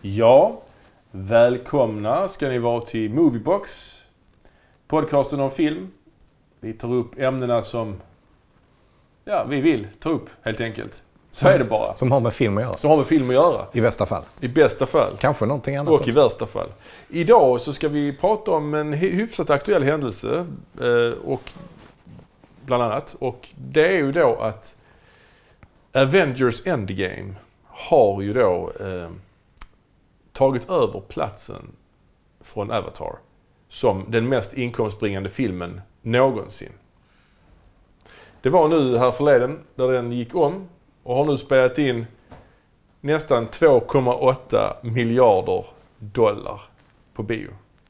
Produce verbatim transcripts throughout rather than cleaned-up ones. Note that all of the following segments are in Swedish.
Ja, välkomna ska ni vara till Moviebox, podcasten om film. Vi tar upp ämnena som ja, vi vill ta upp helt enkelt. Så är det bara. Som har med film att göra. Som har med film att göra. I bästa fall. I bästa fall. Kanske någonting annat Och också. i värsta fall. Idag så ska vi prata om en hyfsat aktuell händelse. Eh, och bland annat. Och det är ju då att Avengers Endgame har ju då eh, tagit över platsen från Avatar som den mest inkomstbringande filmen någonsin. Det var nu här förleden där den gick om och har nu spelat in nästan två komma åtta miljarder dollar på bio.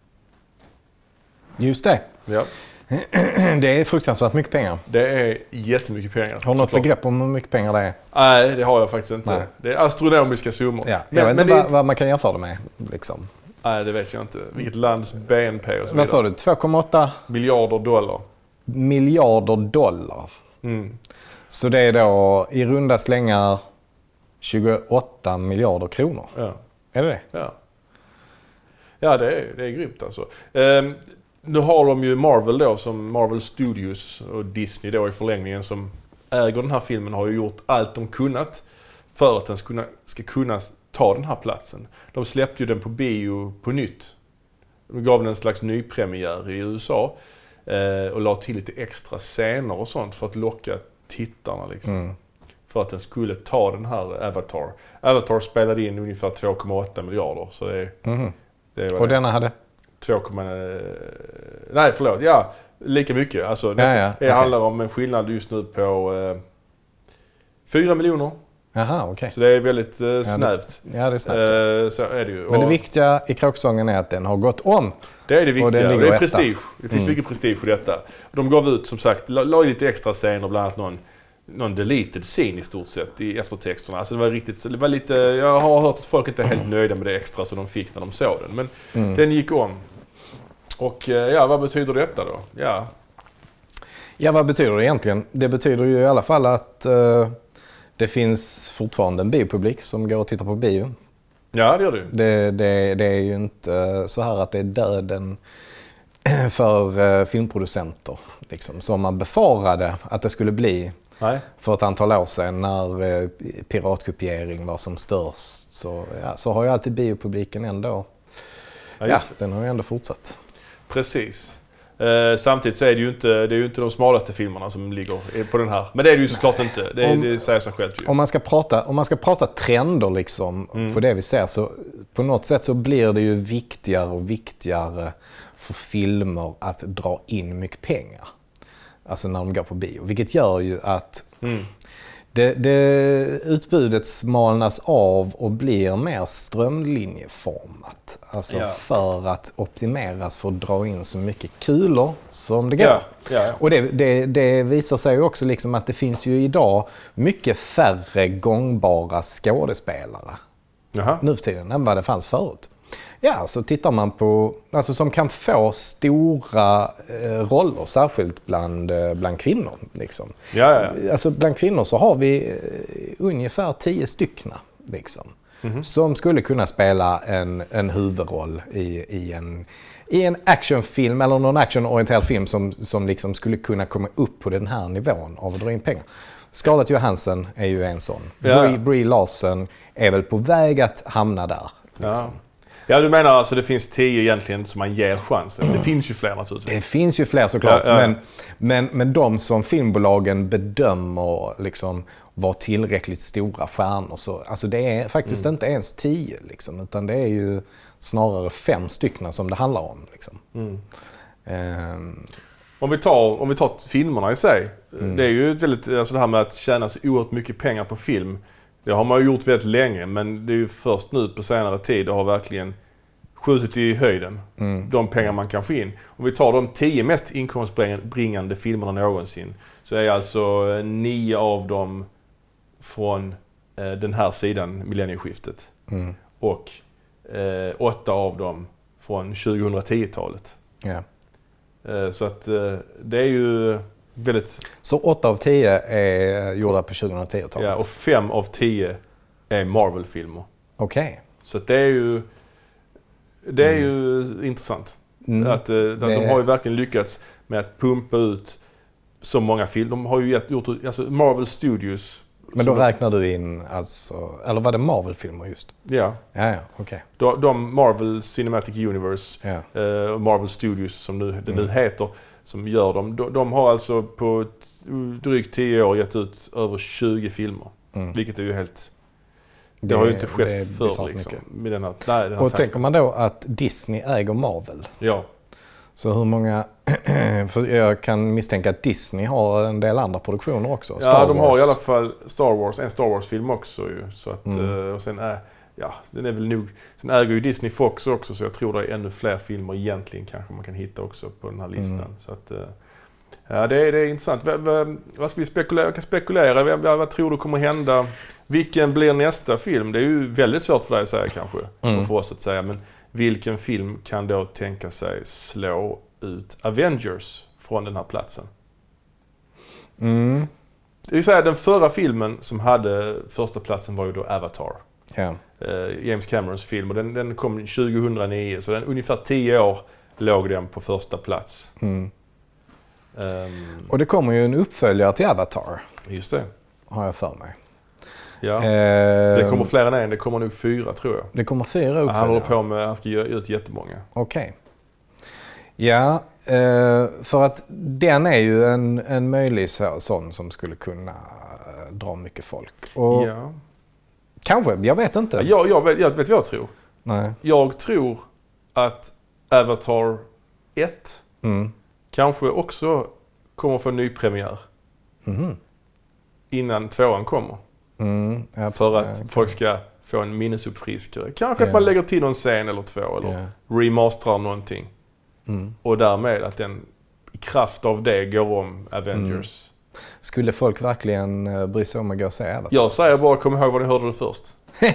Just det. Ja. Det är fruktansvärt mycket pengar. Det är jättemycket pengar. Har du något begrepp om hur mycket pengar det är? Nej, det har jag faktiskt inte. Nej. Det är astronomiska summor. Ja. Men, jag vet men inte det... vad, vad man kan jämföra det med. Liksom. Nej, det vet jag inte. Vilket lands B N P och så vidare. Vad sa du? två komma åtta miljarder dollar. Miljarder dollar. Mm. Så det är då i runda slängar tjugoåtta miljarder kronor. Ja. Är det det? Ja. Ja, det är, det är grymt alltså. Um, nu har de ju Marvel då, som Marvel Studios och Disney då i förlängningen som äger den här filmen, har ju gjort allt de kunnat för att den ska kunna, ska kunna ta den här platsen. De släppte ju den på bio på nytt. De gav den en slags nypremiär i U S A eh, och la till lite extra scener och sånt för att locka tittarna liksom. Mm. För att den skulle ta den här Avatar. Avatar spelade in ungefär två komma åtta miljarder. Så det, mm. det var och det. denna hade? två, nej förlåt, ja lika mycket. Alltså, ja, nästan, ja, det okay. handlar om en skillnad just nu på eh, fyra miljoner. Jaha, okej. Okay. Så det är väldigt eh, snävt. Ja, det, ja, det är snävt. Eh, så är det ju. Men det viktiga i kråksången är att den har gått om. Det är det viktiga. Det är prestige. Det finns mm. mycket prestige i detta. De gav ut, som sagt, la, la lite extra scener, bland annat någon någon deleted scene i stort sett i eftertexterna. Alltså det var riktigt, det var lite, jag har hört att folk inte är helt nöjda med det extra som de fick när de såg den. Men mm. den gick om. Och ja, vad betyder detta då? Ja. Ja, vad betyder det egentligen? Det betyder ju i alla fall att uh, det finns fortfarande en biopublik som går och tittar på bio. Ja, det gör det. Det, det, det är ju inte så här att det är döden för uh, filmproducenter. Liksom, som man befarade att det skulle bli. Nej. För ett antal år sedan när uh, piratkopiering var som störst. Så, ja, så har ju alltid biopubliken ändå, ja, ja den har ju ändå fortsatt. Precis. Eh, samtidigt så är det ju inte, det är ju inte de smalaste filmerna som ligger på den här. Men det är det ju såklart Nej. inte. Det, om, det säger sig självt ju. Om man ska prata, om man ska prata trender liksom mm. på det vi ser, så på något sätt så blir det ju viktigare och viktigare för filmer att dra in mycket pengar. Alltså när de går på bio. Vilket gör ju att mm. det, det utbudet smalnas av och blir mer strömlinjeformat. Alltså ja. för att optimeras för att dra in så mycket kulor som det går. Ja. Ja. Och det, det, det visar sig ju också liksom att det finns ju idag mycket färre gångbara skådespelare Jaha. nu för tiden än vad det fanns förut. Ja, så tittar man på, alltså som kan få stora eh, roller, särskilt bland, eh, bland kvinnor. Liksom. Ja, ja, ja. Alltså bland kvinnor så har vi eh, ungefär tio styckna liksom, mm-hmm. som skulle kunna spela en, en huvudroll i, i, en, i en actionfilm eller någon actionorienterad film som, som liksom skulle kunna komma upp på den här nivån av att dra in pengar. Scarlett Johansson är ju en sån. Ja. Brie, Brie Larson är väl på väg att hamna där. Liksom. Ja. Ja, du menar alltså det finns tio egentligen som man ger chansen. Mm. Det finns ju fler naturligtvis. Det finns ju fler såklart. Ja, ja. Men, men, men de som filmbolagen bedömer liksom var tillräckligt stora stjärnor. Så, alltså det är faktiskt mm. inte ens tio. Liksom, utan det är ju snarare fem stycken som det handlar om. Liksom. Mm. Um. Om, vi tar, om vi tar filmerna i sig. Mm. Det är ju väldigt, alltså det här med att tjäna så oerhört mycket pengar på film. Det har man ju gjort väldigt länge, men det är ju först nu på senare tid det har verkligen skjutit i höjden. Mm. De pengar man kan få in. Om vi tar de tio mest inkomstbringande filmerna någonsin, så är alltså nio av dem från eh, den här sidan millennieskiftet. Mm. Och eh, åtta av dem från tjugohundratio-talet. Ja. Eh, så att eh, det är ju väldigt... Så åtta av tio är gjorda på tjugohundratio-talet? Ja, och fem av tio är Marvel-filmer. Okej. Okay. Så att det är ju det är ju mm. intressant. Mm. Att, att det... de har ju verkligen lyckats med att pumpa ut så många filmer. De har ju gjort, alltså Marvel Studios. Men då räknar du in alltså, eller var det Marvel-filmer just? Ja. Ja, ja, okej. Okay. De, de Marvel Cinematic Universe, ja. eh, Marvel Studios som nu, det nu mm. heter, som gör dem. De, de har alltså på drygt tio år gett ut över tjugo filmer. Mm. Vilket är ju helt... Det, det har ju inte skett förr liksom. Med den här, nej, den här och tänker man då att Disney äger Marvel? Ja. Så hur många... för jag kan misstänka att Disney har en del andra produktioner också. Star ja, de Wars. Har i alla fall Star Wars, en Star Wars-film också ju. Så att, mm. och sen är... Ja, den är väl nog... Sen äger ju Disney Fox också, så jag tror det är ännu fler filmer egentligen kanske man kan hitta också på den här listan. Mm. Så att... Ja, det är, det är intressant. Vad, vad, vad ska vi spekulera? Jag kan spekulera. Vad, vad tror du kommer hända? Vilken blir nästa film? Det är ju väldigt svårt för dig att säga kanske. Mm. Och för oss att säga. Men vilken film kan då tänka sig slå ut Avengers från den här platsen? Mm. Det vill säga den förra filmen som hade första platsen var ju då Avatar. Ja. Uh, James Camerons film. Och den, den kom tjugohundranio. Så den, ungefär tio år låg den på första plats. Mm. Um, och det kommer ju en uppföljare till Avatar. Just det. Har jag för mig. Ja, uh, det kommer fler än en. Det kommer nog fyra tror jag. Det kommer fyra uppföljare. Han håller på med, han ska göra ut jättemånga. Okej. Okay. Ja, uh, för att den är ju en, en möjlig så, sån som skulle kunna dra mycket folk. Och ja. Kanske, jag vet inte. Ja, jag, jag, vet, jag vet vad jag tror. Nej. Jag tror att Avatar ett mm. kanske också kommer få en ny premiär mm. innan tvåan kommer. Mm, för att ja, folk ska få en minnesuppfriskare. Kanske yeah. att man lägger till någon scen eller två eller yeah. remasterar någonting. Mm. Och därmed att den i kraft av det går om Avengers. Mm. Skulle folk verkligen bry sig om att gå och se Avatar? Jag säger bara, kom ihåg vad ni hörde det först.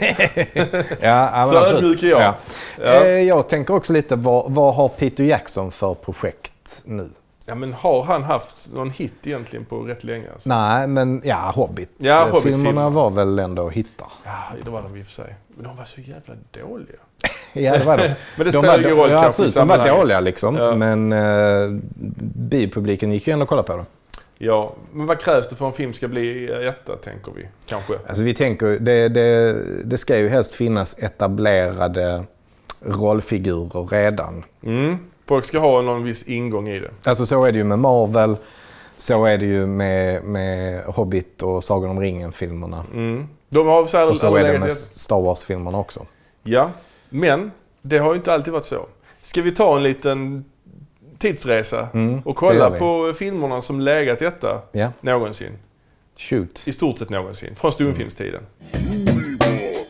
ja, så ödmjuk jag. Ja. Ja. Jag tänker också lite, vad, vad har Peter Jackson för projekt nu? Ja, men har han haft någon hit egentligen på rätt länge? Alltså? Nej, men ja, Hobbit. Ja, Hobbit filmerna var väl ändå hittar. Ja, det var de i och för sig. Men de var så jävla dåliga. ja, det var de. men det de spelar ingen roll. Ja, absolut, de var dåliga liksom. Ja. Men eh, biopubliken gick ju ändå och kollade på dem. Ja, men vad krävs det för en film ska bli etta, tänker vi? Kanske. Alltså vi tänker, det, det, det ska ju helst finnas etablerade rollfigurer redan. Mm. Folk ska ha någon viss ingång i det. Alltså så är det ju med Marvel, så är det ju med, med Hobbit och Sagan om ringen-filmerna. Mm. De har så, här, och så är det med Star Wars-filmerna också. Ja, men det har ju inte alltid varit så. Ska vi ta en liten tidsresa mm, och kolla på filmerna som lägat detta ja. någonsin? Shoot. I stort sett någonsin, från stumfilmstiden. Mm.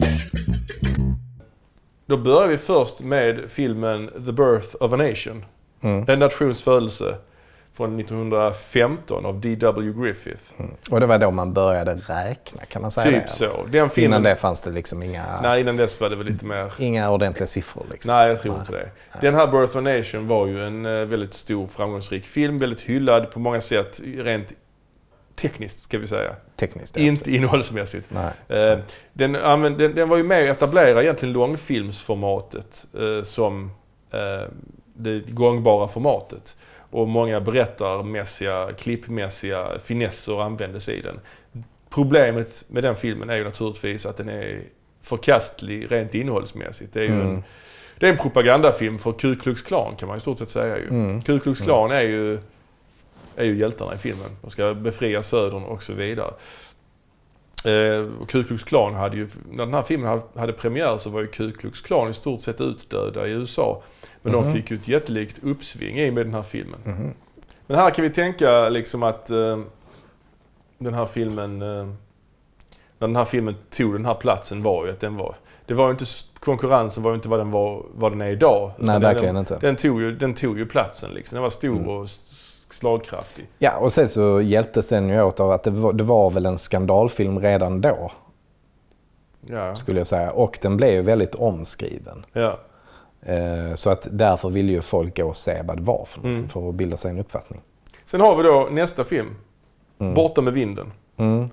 Då börjar vi först med filmen The Birth of a Nation. Mm. En nations födelse från nittonhundrafemton av D W Griffith. Mm. Och det var då man började räkna, kan man säga typ det? så. Den filmen, innan det fanns det liksom inga... Nej, innan dess var det väl lite mer... Inga ordentliga siffror liksom. Nej, jag tror nej. inte det. Den här Birth of a Nation var ju en uh, väldigt stor, framgångsrik film. Väldigt hyllad på många sätt, rent tekniskt ska vi säga. Tekniskt, inte innehållsmässigt. Nej. Uh, den, uh, den, den var ju med att etablera egentligen långfilmsformatet uh, som uh, det gångbara formatet. Och många berättarmässiga, klippmässiga finesser användes i den. Problemet med den filmen är ju naturligtvis att den är förkastlig rent innehållsmässigt. Det är ju mm. en, det är en propagandafilm för Ku Klux Klan kan man i stort sett säga ju. Mm. Ku Klux Klan är ju, är ju hjältarna i filmen. De ska befria södern och så vidare. Eh, och Ku Klux Klan hade ju, när den här filmen hade, hade premiär så var ju Ku Klux Klan i stort sett utdöda i U S A. Men mm. de fick ju ett jättelikt uppsving i med den här filmen. Mm. Men här kan vi tänka liksom att eh, den här filmen, eh, när den här filmen tog den här platsen var ju att den var, det var ju inte, konkurrensen var ju inte vad den var, vad den är idag. Nej, verkligen den, inte. Den tog ju, den tog ju platsen liksom, den var stor mm. och slagkraftig. Ja, och sen så hjälptes den ju åt av att det var, det var väl en skandalfilm redan då. Ja. Skulle jag säga. Och den blev ju väldigt omskriven. Ja. Eh, så att därför ville ju folk gå och se vad det var för någonting, mm. för att bilda sig en uppfattning. Sen har vi då nästa film, mm. Borta med vinden. Mm.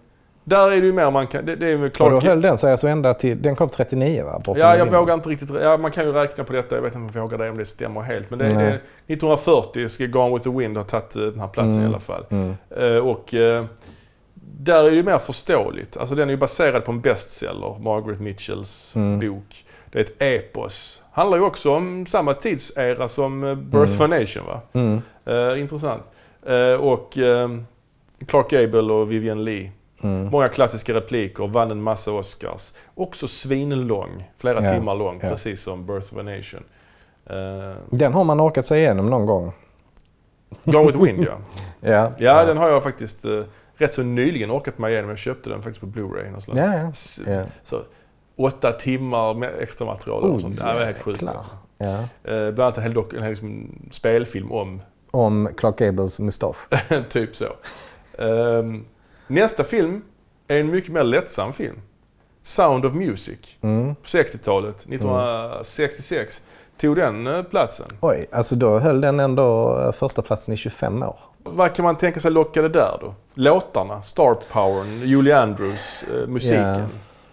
Där är det ju mer man kan... Det, det är ju klart. Och då höll den sig alltså ända till... Den kom trettionio va? Bortom ja, jag vinner. vågar inte riktigt... Ja, man kan ju räkna på detta. Jag vet inte om jag vågar det om det stämmer helt. Men det, det är nittonhundrafyrtio ska Gone with the Wind ha tagit den här platsen mm. i alla fall. Mm. Uh, och uh, där är det ju mer förståeligt. Alltså den är ju baserad på en bestseller. Margaret Mitchells mm. bok. Det är ett epos. Handlar ju också om samma tidsera som Birth of a Nation va? Mm. Uh, intressant. Uh, och uh, Clark Gable och Vivien Leigh. Mm. Många klassiska repliker, vann en massa Oscars. Också svinlång, flera ja, timmar lång, ja. Precis som Birth of a Nation. Uh, den har man orkat sig igenom någon gång. Gone with the Wind, ja. ja, ja. Ja, den har jag faktiskt uh, rätt så nyligen orkat mig igenom. Jag köpte den faktiskt på Blu-ray. Och ja, ja. Så, ja. Så, åtta timmar med extra material och oh, sånt. Det var helt sjukt. Ja. Uh, bland annat en hel dock, en hel liksom, spelfilm om... Om Clark Gables mustasch. typ så. Uh, nästa film är en mycket mer lättsam film. Sound of Music. Mm. På sextiotalet. nittonhundrasextiosex tog den uh, platsen. Oj, alltså då höll den ändå uh, första platsen i tjugofem år. Vad kan man tänka sig lockade där då? Låtarna, Star Powern, Julie Andrews, uh, musiken.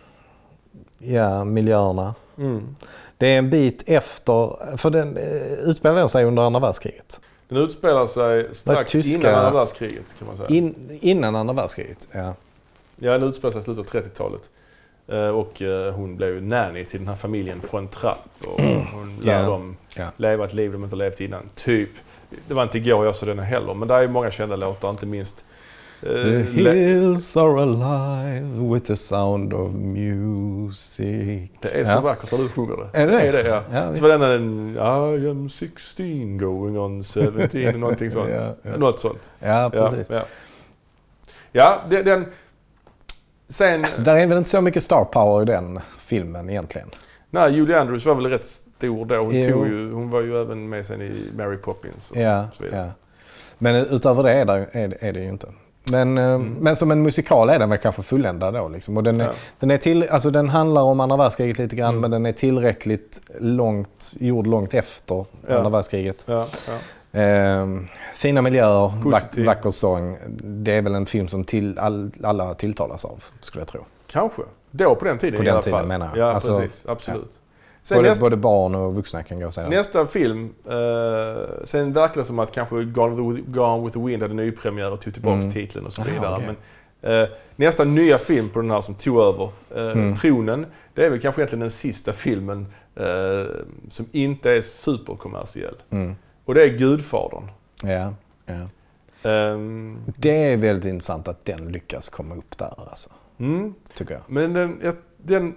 Ja, ja miljöerna. Mm. Det är en bit efter, för den uh, utspelar sig under andra världskriget. Den utspelar sig strax tyska, innan andra världskriget kan man säga. In, innan andra världskriget, ja. Ja, den utspelar sig i slutet av trettiotalet. Uh, och uh, hon blev ju nanny till den här familjen från Trapp. Och mm. hon lär yeah. dem yeah. leva ett liv de inte levt innan. Typ. Det var inte igår jag såg den heller. Men det är många kända låtar, inte minst. Uh, the hills are alive with the sound of music. Det är så ja. Vackert när du sjunger det. Är det det? Är det ja. Ja, så var den en I am sixteen going on seventeen. någonting sånt. ja, ja. Något sånt. Ja, precis. Ja, ja. ja det, den... Sen, alltså, där är väl inte så mycket star power i den filmen egentligen. Nej, Julie Andrews var väl rätt stor då. Hon, tog ju, hon var ju även med sen i Mary Poppins. Och ja, så vidare. Ja. Men utöver det är det, är, är det ju inte. Men, mm. men som en musikal är den väl kanske fulländad då. Liksom. Och den, är, ja. den, är till, alltså, den handlar om andra världskriget lite grann, mm. men den är tillräckligt långt, gjord långt efter ja. andra världskriget. Ja, ja. Eh, fina miljöer, vack, vacker sång. Det är väl en film som till, all, alla tilltalas av, skulle jag tro. Kanske. Då på den tiden på i den alla tiden fall. menar jag. Ja, alltså, precis. Absolut. Ja. Sen både, nästa, både barn och vuxna kan gå och säga nästa film, eh, sen verkar det som att kanske Gone with, Gone with the Wind hade nypremiär och tog tillbaka mm. titeln och så vidare. Ah, okay. Men, eh, nästa nya film på den här som tog över, eh, mm. Tronen, det är väl kanske egentligen den sista filmen eh, som inte är superkommersiell. Mm. Och det är Gudfadern. Ja, ja. Um, det är väldigt intressant att den lyckas komma upp där alltså. Mm. Tycker jag. Men den, den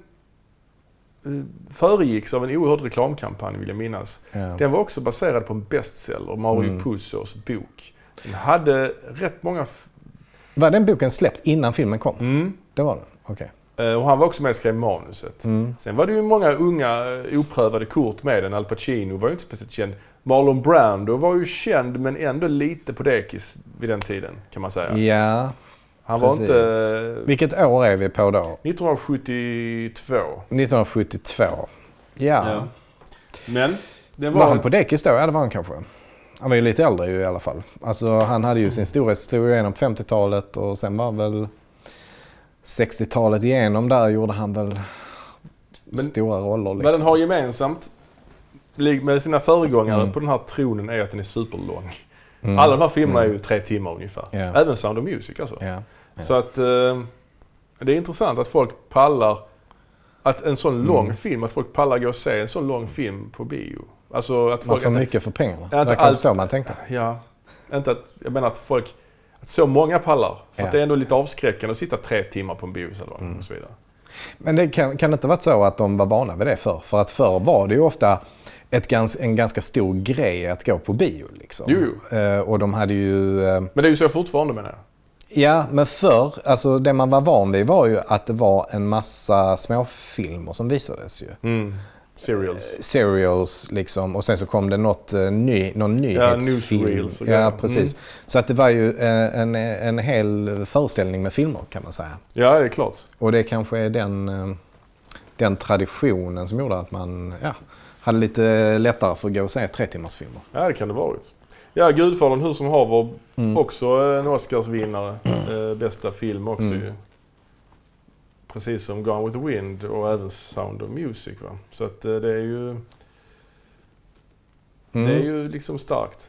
föregicks av en oerhörd reklamkampanj vill jag minnas. Ja. Den var också baserad på en bestseller, Mario mm. Puzos bok. Den hade rätt många... F- var den boken släppt innan filmen kom? Mm. Det var den, okej. Okay. Uh, och han var också med och skrev manuset. Mm. Sen var det ju många unga oprövade kort med den. Al Pacino var ju inte speciellt känd. Marlon Brando var ju känd men ändå lite på dekis vid den tiden kan man säga. Ja, han precis. Var inte... Vilket år är vi på då? nittonhundrasjuttiotvå. nittonhundrasjuttiotvå. Ja. ja. Men det var, var han på dekis då? Ja, det var han kanske. Han var ju lite äldre ju i alla fall. Alltså han hade ju sin storhetshistoria genom femtiotalet och sen var väl sextiotalet igenom där gjorde han väl men, stora roller. Liksom. Vad den har gemensamt med sina föregångare mm. på den här tronen är att den är superlång. Mm. Alla de här filmerna mm. är ju tre timmar ungefär. Yeah. Även Sound of Music alltså. Yeah. Yeah. Så att eh, det är intressant att folk pallar att en sån mm. lång film, att folk pallar gå och se en sån lång film på bio. Alltså att folk... Man får att, mycket för pengarna. Det är allt, så man tänkte. Ja. Inte att, jag menar att folk... Att så många pallar. För yeah. att det är ändå lite avskräckande att sitta tre timmar på en biosalong mm. och så vidare. Men det kan, kan det inte vara så att de var vana vid det förr? För att förr var det ju ofta ett gans, en ganska stor grej att gå på bio. Liksom. Jo, jo. Uh, och de hade ju... Uh, men det är ju så fortfarande menar jag. Ja, men förr, alltså det man var van vid var ju att det var en massa småfilmer som visades ju. Mm. Serials. Uh, serials liksom. Och sen så kom det något, uh, ny, någon nyhetsfilm. Ja, ja, precis. Mm. Så att det var ju uh, en, en hel föreställning med filmer kan man säga. Ja, det är klart. Och det kanske är den, uh, den traditionen som gjorde att man ja, hade lite lättare för att gå och se tre timmars filmer. Ja, det kan det varit. Ja, Gudfadern, hur som haver, mm. också en Oscarsvinnare. Mm. Uh, bästa film också mm. ju. Precis som Gone with the Wind och även Sound of Music. Va? Så att det är ju mm. det är ju liksom starkt.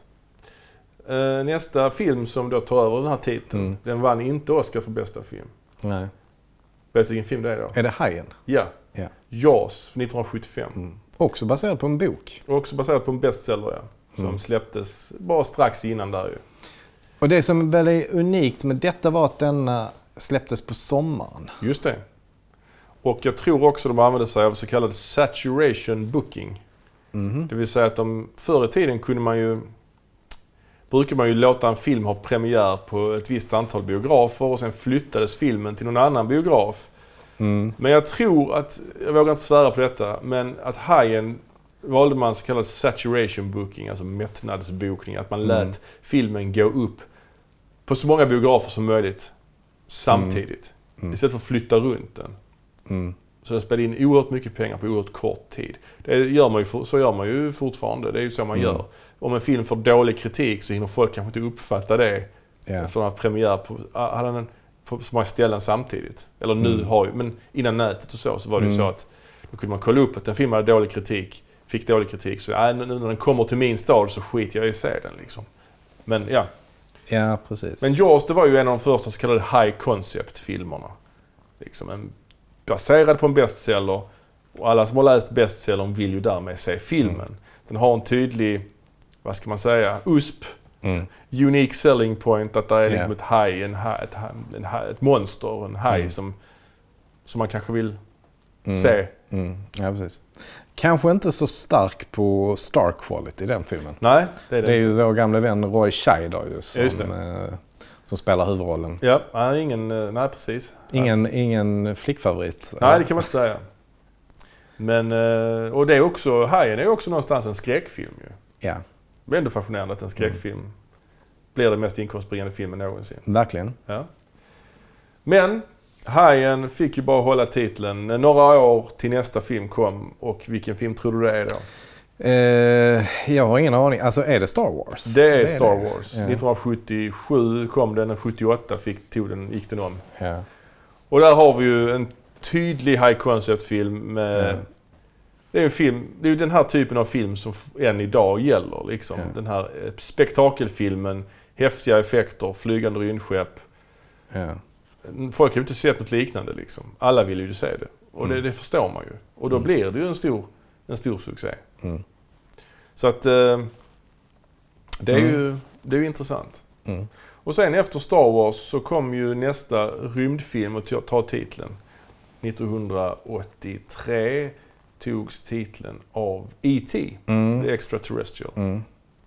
Nästa film som då tar över den här titeln, mm. den vann inte Oscar för bästa film. Nej. Vet du vilken film det är då? Är det Hajen? Ja. ja. Jaws nittonhundrasjuttiofem. Mm. Också baserat på en bok. Också baserat på en bestseller, ja. Som mm. släpptes bara strax innan där ju. Och det som är väldigt unikt med detta var att denna släpptes på sommaren. Just det. Och jag tror också de använde sig av så kallad saturation booking. Mm. Det vill säga att de, förr i tiden kunde man ju brukar man ju låta en film ha premiär på ett visst antal biografer och sen flyttades filmen till någon annan biograf. Mm. Men jag tror att, jag vågar inte svära på detta, men att Hajen valde man så kallad saturation booking, alltså mättnadsbokning, att man lät mm. filmen gå upp på så många biografer som möjligt samtidigt. Mm. Mm. Istället för att flytta runt den. Mm. Så den spelade in oerhört mycket pengar på oerhört kort tid. Det gör man ju, så gör man ju fortfarande, det är ju så man mm. gör. Om en film får dålig kritik så hinner folk kanske inte uppfatta det. Yeah. Eftersom den har premiär på, hade den på så många ställen samtidigt. Eller nu mm. har ju, men innan nätet och så, så var det mm. ju så att då kunde man kolla upp att en film hade dålig kritik, fick dålig kritik. Så äh, nu när den kommer till min stad så skiter jag i se den liksom. Men ja. Ja, precis. Men Jaws, det var ju en av de första så kallade high concept-filmerna. Liksom en, baserad på en bestseller. Och alla som har läst bestsellern vill ju därmed se filmen. Mm. Den har en tydlig, vad ska man säga, U S P. Mm. Unique selling point, att det är liksom yeah. ett haj, en haj, ett, en haj, ett monster, en haj mm. som, som man kanske vill mm. se. Mm. Ja, precis. Kanske inte så stark på star quality i den filmen. Nej, det är det, det är inte. ju vår gamla vän Roy Scheider ju, som, eh, som spelar huvudrollen. Ja, nej, ingen, nej precis. Ingen, nej. ingen flickfavorit. Nej, det kan man inte säga. Men, och det är också, Hajen är också någonstans en skräckfilm ju. Ja. Det är ändå fascinerande att en skräckfilm mm. blir den mest inkomstbringande filmen någonsin. Verkligen. Ja. Men Hajen fick ju bara hålla titeln. Några år till nästa film kom. Och vilken film tror du det är då? Eh, jag har ingen aning. Alltså är det Star Wars? Det är, det är Star det. Wars. Ja. nittonhundrasjuttiosju kom den, och sjuttioåtta fick, tog den, gick den om. Ja. Och där har vi ju en tydlig high concept-film med... Ja. Det är en film, det är ju den här typen av film som än idag gäller liksom. Ja. Den här spektakelfilmen, häftiga effekter, flygande rymdskepp. Ja. Folk har ju inte sett något liknande liksom. Alla vill ju se det. Och mm. det, det förstår man ju. Och då mm. blir det ju en stor, en stor succé. Mm. Så att eh, det är mm. ju det är ju intressant. Mm. Och sen efter Star Wars så kom ju nästa rymdfilm och ta titeln. nittonhundraåttiotre togs titeln av E T Mm. The Extraterrestrial. Mm.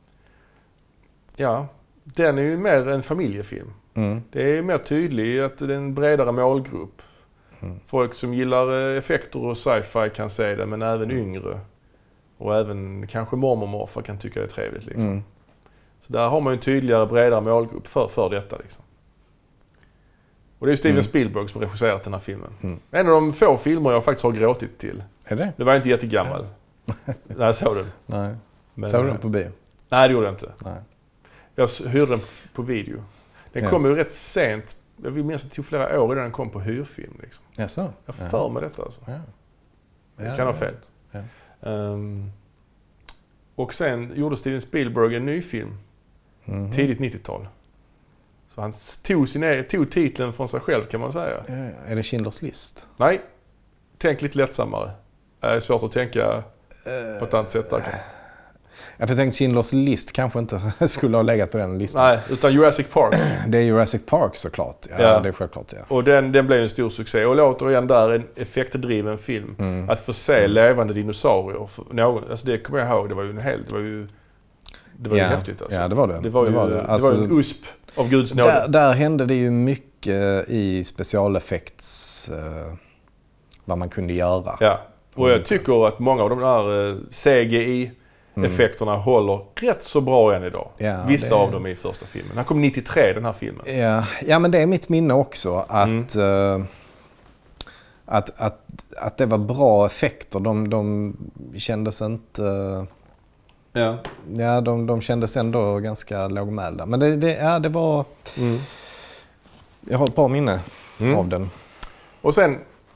Ja, den är ju mer en familjefilm. Mm. Det är mer tydligt att det är en bredare målgrupp. Mm. Folk som gillar effekter och sci-fi kan se det, men även mm. yngre. Och även kanske mormor och morfar kan tycka det är trevligt. Liksom. Mm. Så där har man ju en tydligare, bredare målgrupp för, för detta. Liksom. Och det är ju Steven mm. Spielberg som regisserat den här filmen. Mm. En av de få filmer jag faktiskt har gråtit till. Är det? Det var inte jättegammal. Ja. Nej, jag såg den. Nej. Men, såg du den på bio? Nej, det gjorde jag inte. Nej. Jag hyrde den på video. Den ja. kom ju rätt sent. Jag vill minnas att det tog flera år innan den kom på hyrfilm. Liksom. Jaså? Jag för mig detta alltså. Ja. Jag kan ha fel. Ja. Um, och sen gjorde Steven Spielberg en ny film. Mm-hmm. Tidigt nittiotal. Så han tog, sin, tog titeln från sig själv kan man säga. Ja, är det Schindler's list? Nej. Tänk lite lättsammare. Det är svårt att tänka uh, på ett annat sätt där. Jag tänkte Schindler's list kanske inte skulle ha legat på den listan. Nej, utan Jurassic Park. Det är Jurassic Park såklart. Ja, ja. Det är självklart, ja. Och den, den blev en stor succé. Och återigen där en effektdriven film. Mm. Att få se mm. levande dinosaurier. Någon, alltså det kommer jag ihåg. Det var ju en hel... Det var ju, det var ja. ju häftigt alltså. Ja, det var det. Det var ju, det var det. Alltså, det var en U S P av Guds nåde. Där, där hände det ju mycket i specialeffekts... Uh, vad man kunde göra. Ja. Och jag tycker att många av de där uh, C G I effekterna mm. håller rätt så bra än idag. Ja, Vissa det... av dem är i första filmen. Den kom nittiotre, den här filmen. Ja, ja men det är mitt minne också att, mm. uh, att, att, att det var bra effekter. De, de kändes inte... Uh, ja, ja de, de kändes ändå ganska lågmälda. Men det, det, ja, det var... Mm. Jag har ett bra minne mm. av den. Och sen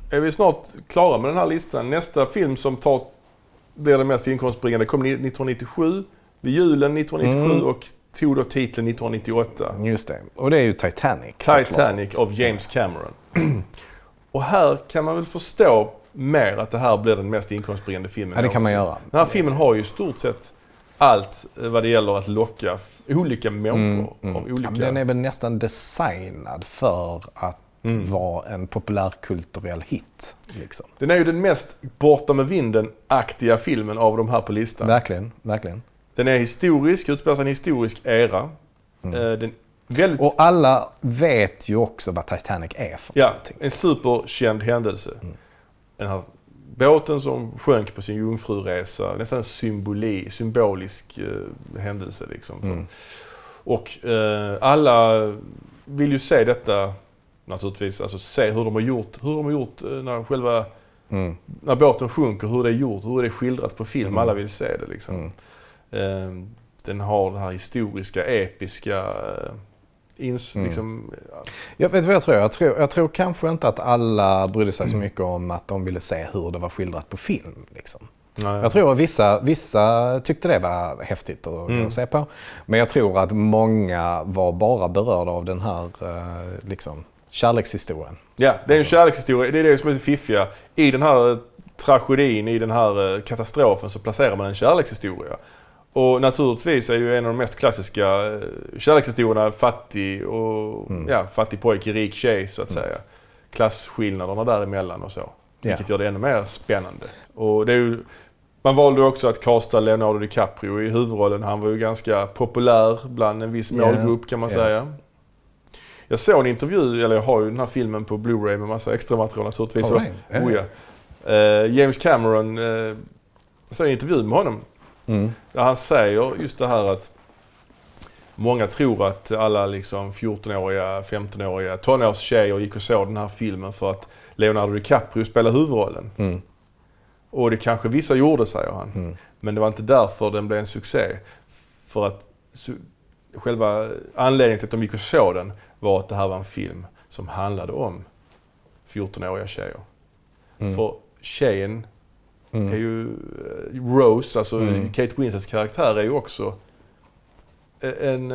är vi snart klara med den här listan. Nästa film som tar blir den mest inkomstbringande kom nittonhundranittiosju, vid julen nittonhundranittiosju mm. och tog då titeln nittonhundranittioåtta. Just det. Och det är ju Titanic. Titanic av James Cameron. Och här kan man väl förstå mer att det här blir den mest inkomstbringande filmen. Ja, det kan man göra. Den här filmen har ju i stort sett allt vad det gäller att locka olika människor. Mm, mm. Av olika... Ja, den är väl nästan designad för att mm. vara en populärkulturell hit. Liksom. Den är ju den mest borta med vinden-aktiga filmen av de här på listan. Verkligen, verkligen. Den är historisk, utspelar sig i en historisk era. Mm. Den väldigt... Och alla vet ju också vad Titanic är för ja, någonting. En superkänd händelse. Mm. Den här båten som sjönk på sin jungfruresa, nästan en symboli, symbolisk uh, händelse. Liksom. Mm. Och uh, alla vill ju se detta naturligtvis, alltså se hur de har gjort, hur de har gjort uh, när själva, mm. när båten sjunker, hur det är gjort, hur det är skildrat på film. Mm. Alla vill se det liksom. Mm. Uh, den har det här historiska, episka uh, ins, mm. liksom, ja. Jag vet vad jag tror. Jag tror. Jag tror kanske inte att alla brydde sig så mycket om att de ville se hur det var skildrat på film. Liksom. Ja, ja. Jag tror att vissa, vissa tyckte det var häftigt att mm. se på. Men jag tror att många var bara berörda av den här uh, liksom, kärlekshistorien. Ja, det är en kärlekshistoria. Det är det som är det fiffiga. I den här tragedin, i den här katastrofen så placerar man en kärlekshistoria. Och naturligtvis är ju en av de mest klassiska kärlekshistorierna fattig och mm. ja, fattig pojke, rik tjej så att mm. säga. Klasskillnaderna däremellan och så. Yeah. Vilket gör det ännu mer spännande. Och det är ju, man valde också att casta Leonardo DiCaprio i huvudrollen. Han var ju ganska populär bland en viss yeah. målgrupp kan man yeah. säga. Jag såg en intervju, eller jag har ju den här filmen på Blu-ray med massa extra material naturligtvis. Right. Yeah. Oh, ja. uh, James Cameron, uh, jag såg en intervju med honom. Mm. Där han säger just det här att många tror att alla liksom fjorton-åriga, femton-åriga tonårstjejer gick och såg den här filmen för att Leonardo DiCaprio spelar huvudrollen. Mm. Och det kanske vissa gjorde, säger han. Mm. Men det var inte därför den blev en succé. För att su- själva anledningen till att de gick och såg den var att det här var en film som handlade om fjorton-åriga tjejer. Mm. För tjejen Mm. är ju Rose, alltså mm. Kate Winslets karaktär är ju också en,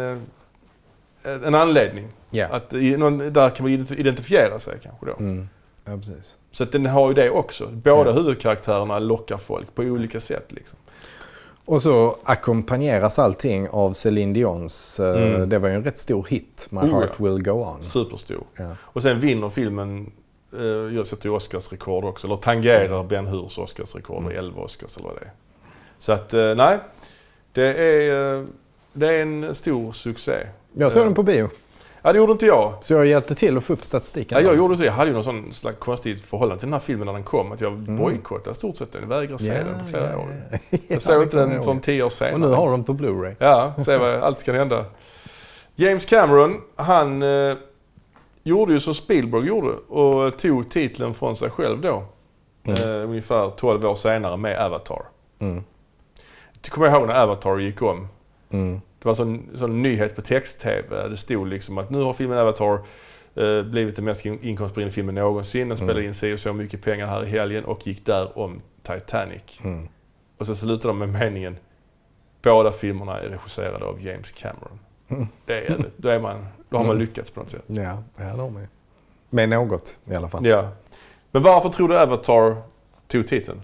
en anledning. Yeah. Att någon, där kan man identifiera sig kanske då. Mm. Ja, precis. Så att den har ju det också. Båda yeah. huvudkaraktärerna lockar folk på olika sätt liksom. Och så ackompanjeras allting av Celine Dions. Mm. Det var ju en rätt stor hit, My oh, Heart ja. Will Go On. Superstor. Ja. Och sen vinner filmen jag sätter ju Oscarsrekord också, eller tangerar mm. Ben Hurs Oscarsrekord med mm. elva Oscars eller vad det är. Så att nej, det är, det är en stor succé. Jag såg den på bio. Ja, det gjorde inte jag. Så jag hjälpte till att få upp statistiken. Ja, jag gjorde inte det. Jag hade ju någon sån slags konstigt förhållande till den här filmen när den kom. Att jag mm. bojkottade stort sett den. Jag vägrar se yeah, den på flera yeah, år. Yeah. Jag såg ja, inte den från tio år senare. Och nu har de på Blu-ray. Ja, se vad allt kan hända. James Cameron, han eh, gjorde ju som Spielberg gjorde och tog titeln från sig själv då. Mm. Eh, ungefär tolv år senare med Avatar. Mm. Du kommer ihåg när Avatar gick om? Mm. Det var en sån, sån nyhet på text-tv. Det stod liksom att nu har filmen Avatar eh, blivit den mest inkomstbringande filmen någonsin. Den spelade mm. in sig och så mycket pengar här i helgen och gick där om Titanic. Mm. Och så slutade de med meningen: båda filmerna är regisserade av James Cameron. Mm. Det är det. Då, är man, då har man lyckats på något sätt. Ja, ja, det har man. Med något i alla fall. Ja. Men varför tror du Avatar tog titeln?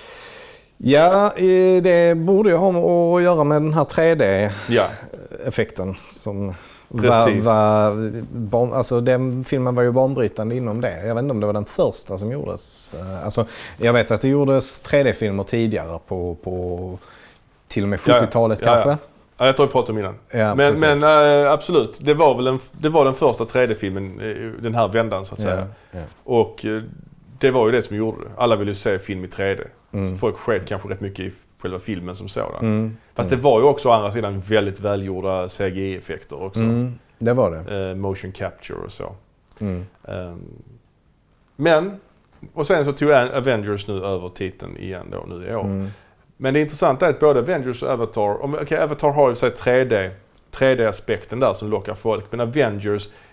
Ja, det borde ju ha att göra med den här tre D-effekten. Ja. Som Precis. Var, var, alltså den filmen var ju banbrytande inom det. Jag vet inte om det var den första som gjordes. Alltså, jag vet att det gjordes tre D-filmer tidigare på, på till och med sjuttiotalet ja, kanske. Ja, ja. Ja, jag tror jag pratade om innan. Ja, men men äh, absolut, det var väl en, det var den första tre D-filmen, den här vändan så att säga. Ja, ja. Och det var ju det som gjorde det. Alla ville ju se film i tre D. Mm. Så folk sket kanske rätt mycket i själva filmen som sådan. Mm. Fast mm. det var ju också å andra sidan väldigt välgjorda C G I-effekter också. Mm. Det var det. Uh, motion capture och så. Mm. Um, men, och sen så tog Avengers nu över titeln igen då nu i år. Mm. Men det intressanta är att både Avengers och Avatar, okej okay, Avatar har ju sig tre D, tre D-aspekten där som lockar folk. Men Avengers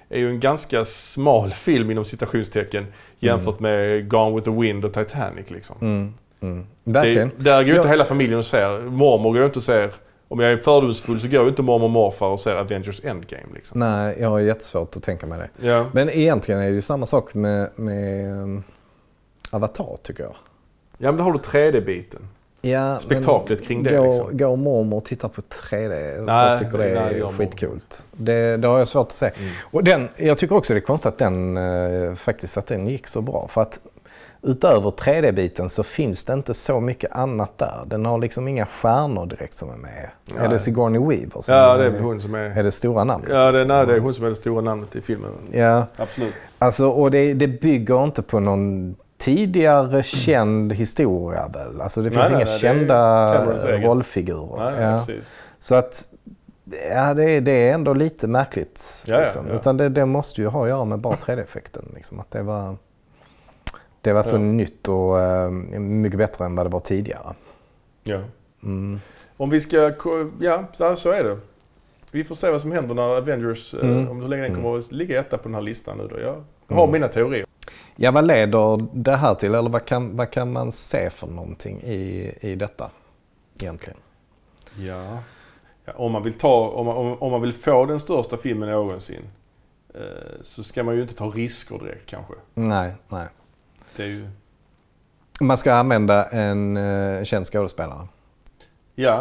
är ju en ganska smal film inom citationstecken jämfört mm. med Gone with the Wind och Titanic liksom. Mm. Mm. Verkligen. Det, där går ju inte hela familjen och ser. Mormor går inte och ser. Om jag är fördomsfull så går ju inte mormor och morfar och ser Avengers Endgame liksom. Nej, jag har jättesvårt att tänka mig det. Ja. Men egentligen är det ju samma sak med, med um, Avatar tycker jag. Ja, men då har du tre D-biten. Ja, spektaklet kring det gå, liksom. Går mormor och tittar på tre D. Nej, jag tycker det är nej, skitcoolt. Det, det har jag svårt att säga. Mm. Och den, jag tycker också det är konstigt att den, eh, faktiskt att den gick så bra. För att utöver tre D-biten så finns det inte så mycket annat där. Den har liksom inga stjärnor direkt som är med. Nej. Är det Sigourney Weaver? Som ja, är, det är hon som är... Är det stora namnet? Ja, det, nej, det är hon som är det stora namnet i filmen. Ja. Absolut. Alltså, och det, det bygger inte på någon tidigare känd historia väl? Alltså det finns nej, inga nej, kända rollfigurer. Nej, ja. Precis. Så att ja, det, är, det är ändå lite märkligt. Ja, liksom. ja, ja. Utan det, det måste ju ha att göra med bara tre D-effekten. Liksom. Att det var, det var så ja. nytt och uh, mycket bättre än vad det var tidigare. Ja. Mm. Om vi ska... Ja, så är det. Vi får se vad som händer när Avengers, mm. om hur länge den kommer att ligga etta på den här listan nu då. Jag har mm. mina teorier. Ja, vad leder det här till? Eller vad kan, vad kan man se för någonting i, i detta egentligen? Ja, ja om, man vill ta, om, man, om man vill få den största filmen någonsin eh, så ska man ju inte ta risker direkt kanske. Nej, nej. Det är ju... Man ska använda en uh, känd skådespelare. Ja,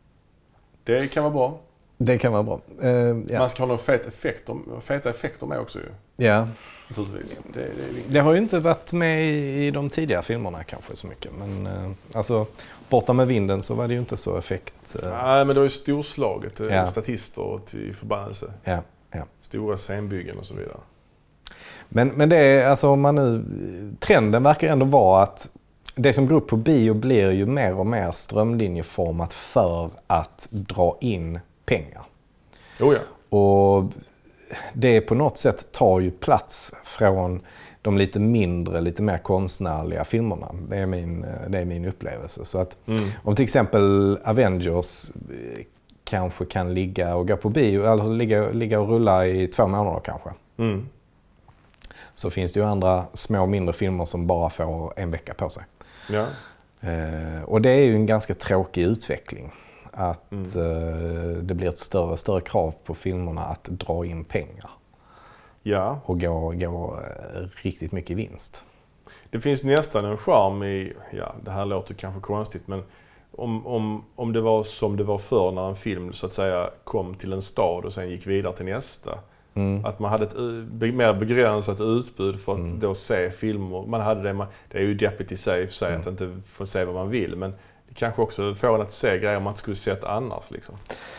det kan vara bra. Det kan vara bra. Uh, ja. Man ska ha några feta effekter, feta effekter med också ju. Ja. Naturligtvis. Det, det, är viktigt. Det har ju inte varit med i de tidiga filmerna kanske så mycket. Men uh, alltså, Borta med vinden så var det ju inte så effekt. Uh... Nej, men det var ju storslaget. Ja. Statister till förbannelse. Ja. Ja. Stora scenbyggen och så vidare. Men, men det är, alltså om man nu, trenden verkar ändå vara att det som går upp på bio blir ju mer och mer strömlinjeformat för att dra in pengar. Oh ja. Och det på något sätt tar ju plats från de lite mindre, lite mer konstnärliga filmerna. Det är min, det är min upplevelse. Så att mm. om till exempel Avengers kanske kan ligga och gå på bio, alltså ligga, ligga och rulla i två månader kanske. Mm. Så finns det ju andra små mindre filmer som bara får en vecka på sig. Ja. Eh, och det är ju en ganska tråkig utveckling. Att mm. eh, det blir ett större större krav på filmerna att dra in pengar. Ja. Och gå, gå eh, riktigt mycket vinst. Det finns nästan en charm i, ja det här låter kanske konstigt, men om, om, om det var som det var förr när en film så att säga kom till en stad och sen gick vidare till nästa. Mm. Att man hade ett mer begränsat utbud för att mm. då se filmer. Man hade det, man, det är ju deppigt i sig för sig mm. att inte få se vad man vill. Men det kanske också får en att se grejer man inte skulle sett annars. Liksom.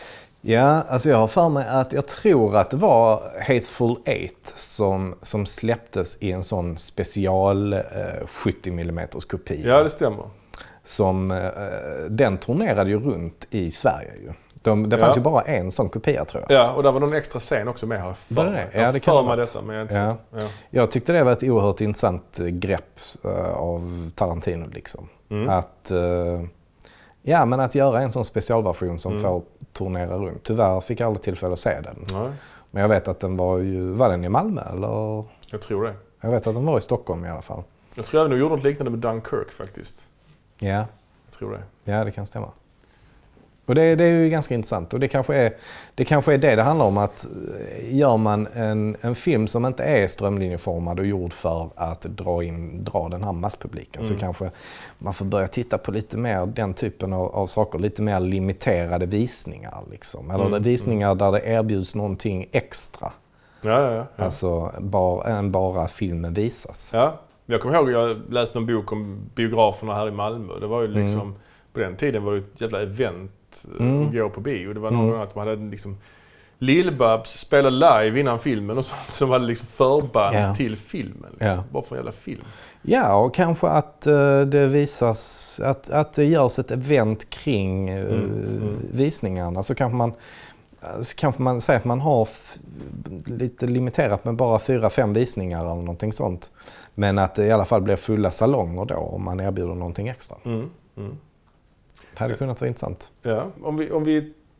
Ja, alltså jag har för mig att jag tror att det var Hateful Eight som, som släpptes i en sån special eh, sjuttio millimeter kopia. Ja, det stämmer. Som, eh, den turnerade ju runt i Sverige ju. De, det fanns ja. ju bara en sån kopia tror jag. Ja, och där var någon extra scen också med här. Var det det? Ja, det kan vara detta, men jag, inte ja. Ja. Jag tyckte det var ett oerhört intressant grepp uh, av Tarantino liksom. Mm. Att, uh, ja, men att göra en sån specialversion som mm. får turnera runt. Tyvärr fick jag aldrig tillfälle att se den. Nej. Men jag vet att den var ju, var den i Malmö eller? Jag tror det. Jag vet att den var i Stockholm i alla fall. Jag tror jag nog gjorde något liknande med Dunkirk faktiskt. Ja. Jag tror det. Ja, det kan stämma. Och det, det är ju ganska intressant och det kanske är det kanske är det det handlar om, att gör man en, en film som inte är strömlinjeformad och gjord för att dra in dra den här masspubliken mm. så kanske man får börja titta på lite mer den typen av, av saker, lite mer limiterade visningar liksom. Eller mm. visningar där det erbjuds någonting extra. Ja, ja, ja. Alltså bara, än bara filmen visas. Ja, jag kommer ihåg jag läste en bok om biograferna här i Malmö. Det var ju liksom mm. på den tiden var det ett jävla event mm. och gå på bio. Det var någon mm. att man hade liksom Lill-Babs spela live innan filmen och så, som hade liksom förband yeah. till filmen. Liksom. Yeah. Bara för en jävla film. Ja, och kanske att uh, det visas, att, att det görs ett event kring uh, mm. Mm. visningarna. Så kanske man, så kanske man säger att man har f- lite limiterat med bara fyra, fem visningar eller någonting sånt. Men att det i alla fall blir fulla salonger då om man erbjuder någonting extra. Mm. Mm. Det hade kunnat vara intressant. Ja, om vi, om vi,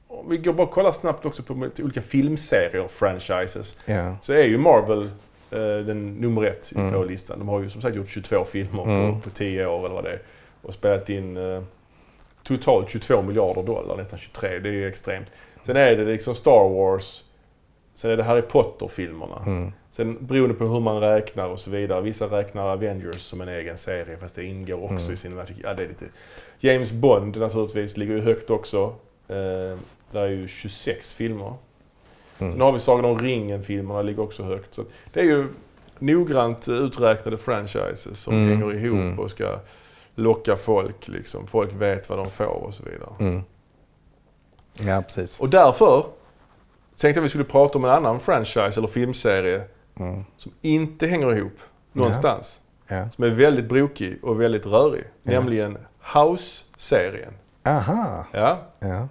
om vi går bara och kollar snabbt också på olika filmserier och franchises. Yeah. Så är ju Marvel eh, den nummer ett mm. på listan. De har ju som sagt gjort tjugotvå filmer mm. på, på tio år eller vad det är. Och spelat in eh, totalt tjugotvå miljarder dollar, nästan tjugotre. Det är ju extremt. Sen är det liksom Star Wars. Sen är det Harry Potter-filmerna. Mm. Sen beroende på hur man räknar och så vidare. Vissa räknar Avengers som en egen serie, fast det ingår också mm. i Cinematic. Ja, det är lite. James Bond naturligtvis ligger ju högt också. Eh, där är ju tjugosex filmer. Mm. Sen har vi Sagan om ringen-filmerna, ligger också högt. Så det är ju noggrant uträknade franchises som mm. hänger ihop mm. och ska locka folk. Liksom. Folk vet vad de får och så vidare. Mm. Ja, precis. Och därför tänkte jag att vi skulle prata om en annan franchise eller filmserie mm. som inte hänger ihop någonstans. Ja. Ja. Som är väldigt brokig och väldigt rörig. Ja. Nämligen House-serien. Aha. Ja. Ja.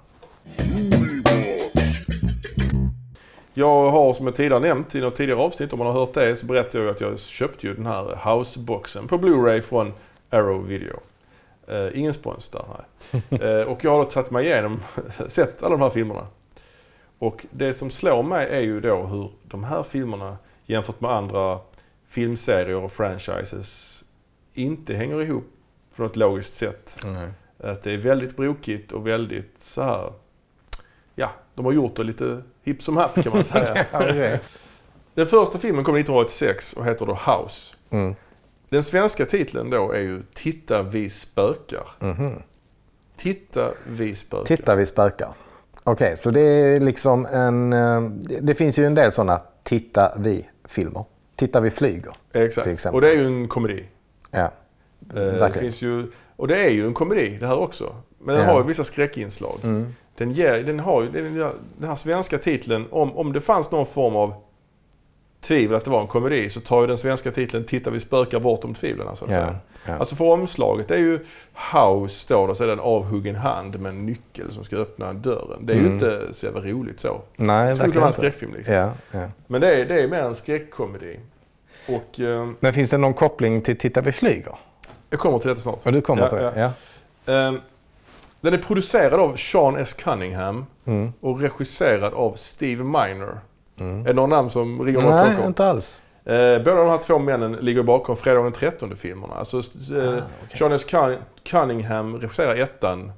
Jag har, som jag tidigare nämnt i något tidigare avsnitt, om man har hört det, så berättade jag att jag köpte ju den här House-boxen på Blu-ray från Arrow Video. Uh, ingen spons där, nej. uh, och jag har då tagit mig igenom, sett alla de här filmerna. Och det som slår mig är ju då hur de här filmerna jämfört med andra filmserier och franchises inte hänger ihop på något logiskt sätt. Mm. Att det är väldigt brokigt och väldigt så här. Ja, de har gjort det lite hipp som happ kan man säga. Okay. Den första filmen kom nittonhundraåttiosex och heter då House. Mm. Den svenska titeln då är ju Titta vi spökar. Mm-hmm. Titta vi spökar. Titta vi spökar. Okej, okay, så det är liksom en... Det finns ju en del sådana Titta vi-filmer. Titta vi flyger. Exakt, till exempel. Och det är ju en komedi. Ja, det finns ju, och det är ju en komedi det här också. Men den ja. har ju vissa skräckinslag. Mm. Den, ger, den har ju den, den här svenska titeln, om, om det fanns någon form av tvivel att det var en komedi, så tar ju den svenska titeln Titta vi spökar bortom tvivlen. Så att ja. säga. Ja. Alltså för omslaget är ju House står där, så är det en avhuggen hand med en nyckel som ska öppna dörren. Det är mm. ju inte så jävla roligt så. Nej, det skulle vara en skräckfilm liksom. Ja, ja. Men det är, det är mer en skräckkomedi. Och, um, men finns det någon koppling till Titta vi flyger? Jag kommer till detta snart. Och du kommer ja, till det, ja. ja. Um, den är producerad av Sean S. Cunningham mm. och regisserad av Steve Miner. Mm. Är det någon namn som ringer något Nej, bakom? inte alls. Eh, båda de här två männen ligger bakom Fredag den trettonde filmerna. Alltså, eh, ah, okay. Sean S. Cunningham regisserar ettan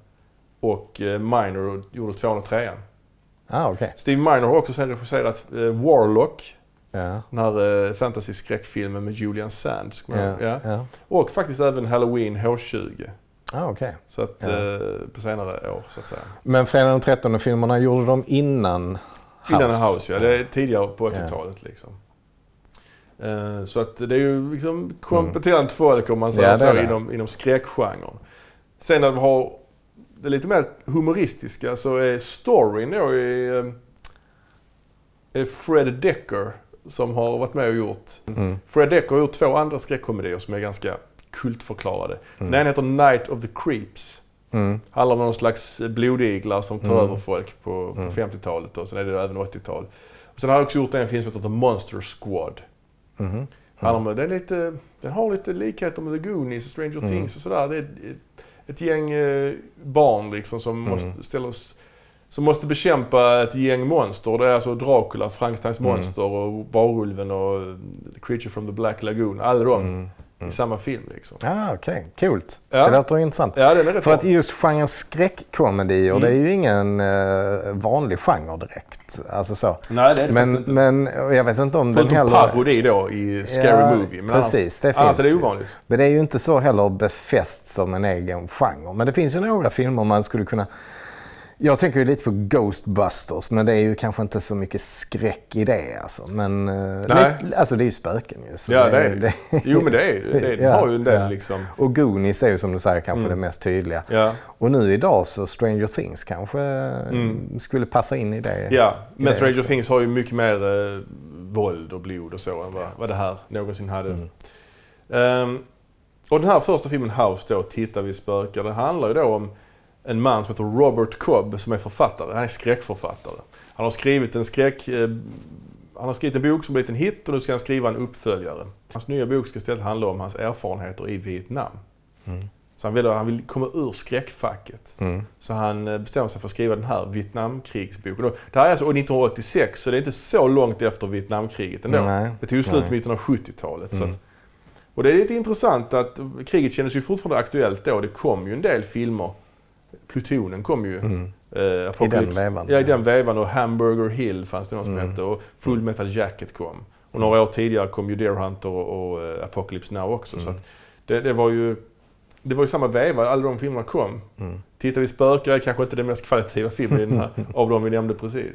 och eh, Miner gjorde tvåan och trean. Ah, okay. Steve Miner har också sen regisserat eh, Warlock. Ja. Den här eh, fantasy-skräckfilmen med Julian Sands. Ja, ja. Ja. Och faktiskt även Halloween H tjugo. Ah, okay. Så att, ja. eh, på senare år så att säga. Men Fredag den trettonde filmerna gjorde de innan House? Innan House, ja. Det är tidigare på åttiotalet ja. liksom. Uh, så att det är ju liksom kompetent mm. folk om man säger ja, så inom, inom skräckgenren. Sen när vi har det lite mer humoristiska så är storyn då är, är Fred Decker som har varit med och gjort. Mm. Fred Decker har gjort två andra skräckkomedier som är ganska kultförklarade. Mm. Den ena heter Night of the Creeps. Mm. Handlar om någon slags blodiglar som tar mm. över folk på, på mm. femtiotalet och sen är det även åttiotal. Och sen har jag också gjort en film som heter The Monster Squad. Mm. Mm. Handlar om, det är lite, den har lite likheter med The Goonies och Stranger mm. Things och sådär. Det är ett, ett gäng eh, barn liksom som mm. måste ställa oss, som måste bekämpa ett gäng monster. Det är alltså Dracula, Frankensteins mm. monster och Varulven och The Creature from the Black Lagoon. Alla de. Mm. Mm. I samma film liksom. Ah, okej. Okay. Coolt. Ja. Det låter intressant. Ja, det är rätt För bra. att just genren skräckkomedi, och mm. det är ju ingen uh, vanlig genre direkt. Alltså så. Nej, det är det men, inte. Men jag vet inte om Förutom den heller... parodi då i Scary ja, Movie. Men precis, annars, det annars finns. är det ovanligt. Men det är ju inte så heller befäst som en egen genre. Men det finns ju några filmer man skulle kunna... Jag tänker ju lite på Ghostbusters, men det är ju kanske inte så mycket skräck i det alltså. Men Nej. Lite, alltså det är ju spöken ju. Så ja, det är det. Jo, men det är det. Det ja, har ju en del ja. liksom. Och Goonies är ju som du säger kanske mm. det mest tydliga. Ja. Och nu idag så Stranger Things kanske mm. skulle passa in i det. Ja, men det Stranger också. Things har ju mycket mer eh, våld och blod och så än vad, vad det här någonsin hade. Mm. Um, och den här första filmen House då, Titta vi spökar, det handlar ju då om en man som heter Robert Cobb som är författare. Han är skräckförfattare. Han har skrivit en skräck... Eh, han har skrivit en bok som blivit en hit och nu ska han skriva en uppföljare. Hans nya bok ska istället handla om hans erfarenheter i Vietnam. Mm. Så han vill, han vill komma ur skräckfacket. Mm. Så han bestämmer sig för att skriva den här Vietnamkrigsboken. Det här är alltså nittonhundraåttiosex, så det är inte så långt efter Vietnamkriget ändå. Nej. Det tog slut i mitten av sjuttiotalet. Mm. Så att, och det är lite intressant att kriget kändes ju fortfarande aktuellt då. Det kom ju en del filmer. Plutonen kom ju. Mm. Uh, I den vevan. Ja, i den vevan. Och Hamburger Hill fanns det någon som mm. hette. Och Full Metal Jacket kom. Och några år tidigare kom ju Deer Hunter och, och uh, Apocalypse Now också. Mm. Så att det, det var ju... Det var ju samma veva, alla de filmerna kom. Mm. Tittar vi spökare är kanske inte den mest kvalitativa filmen i den här, av de vi nämnde precis.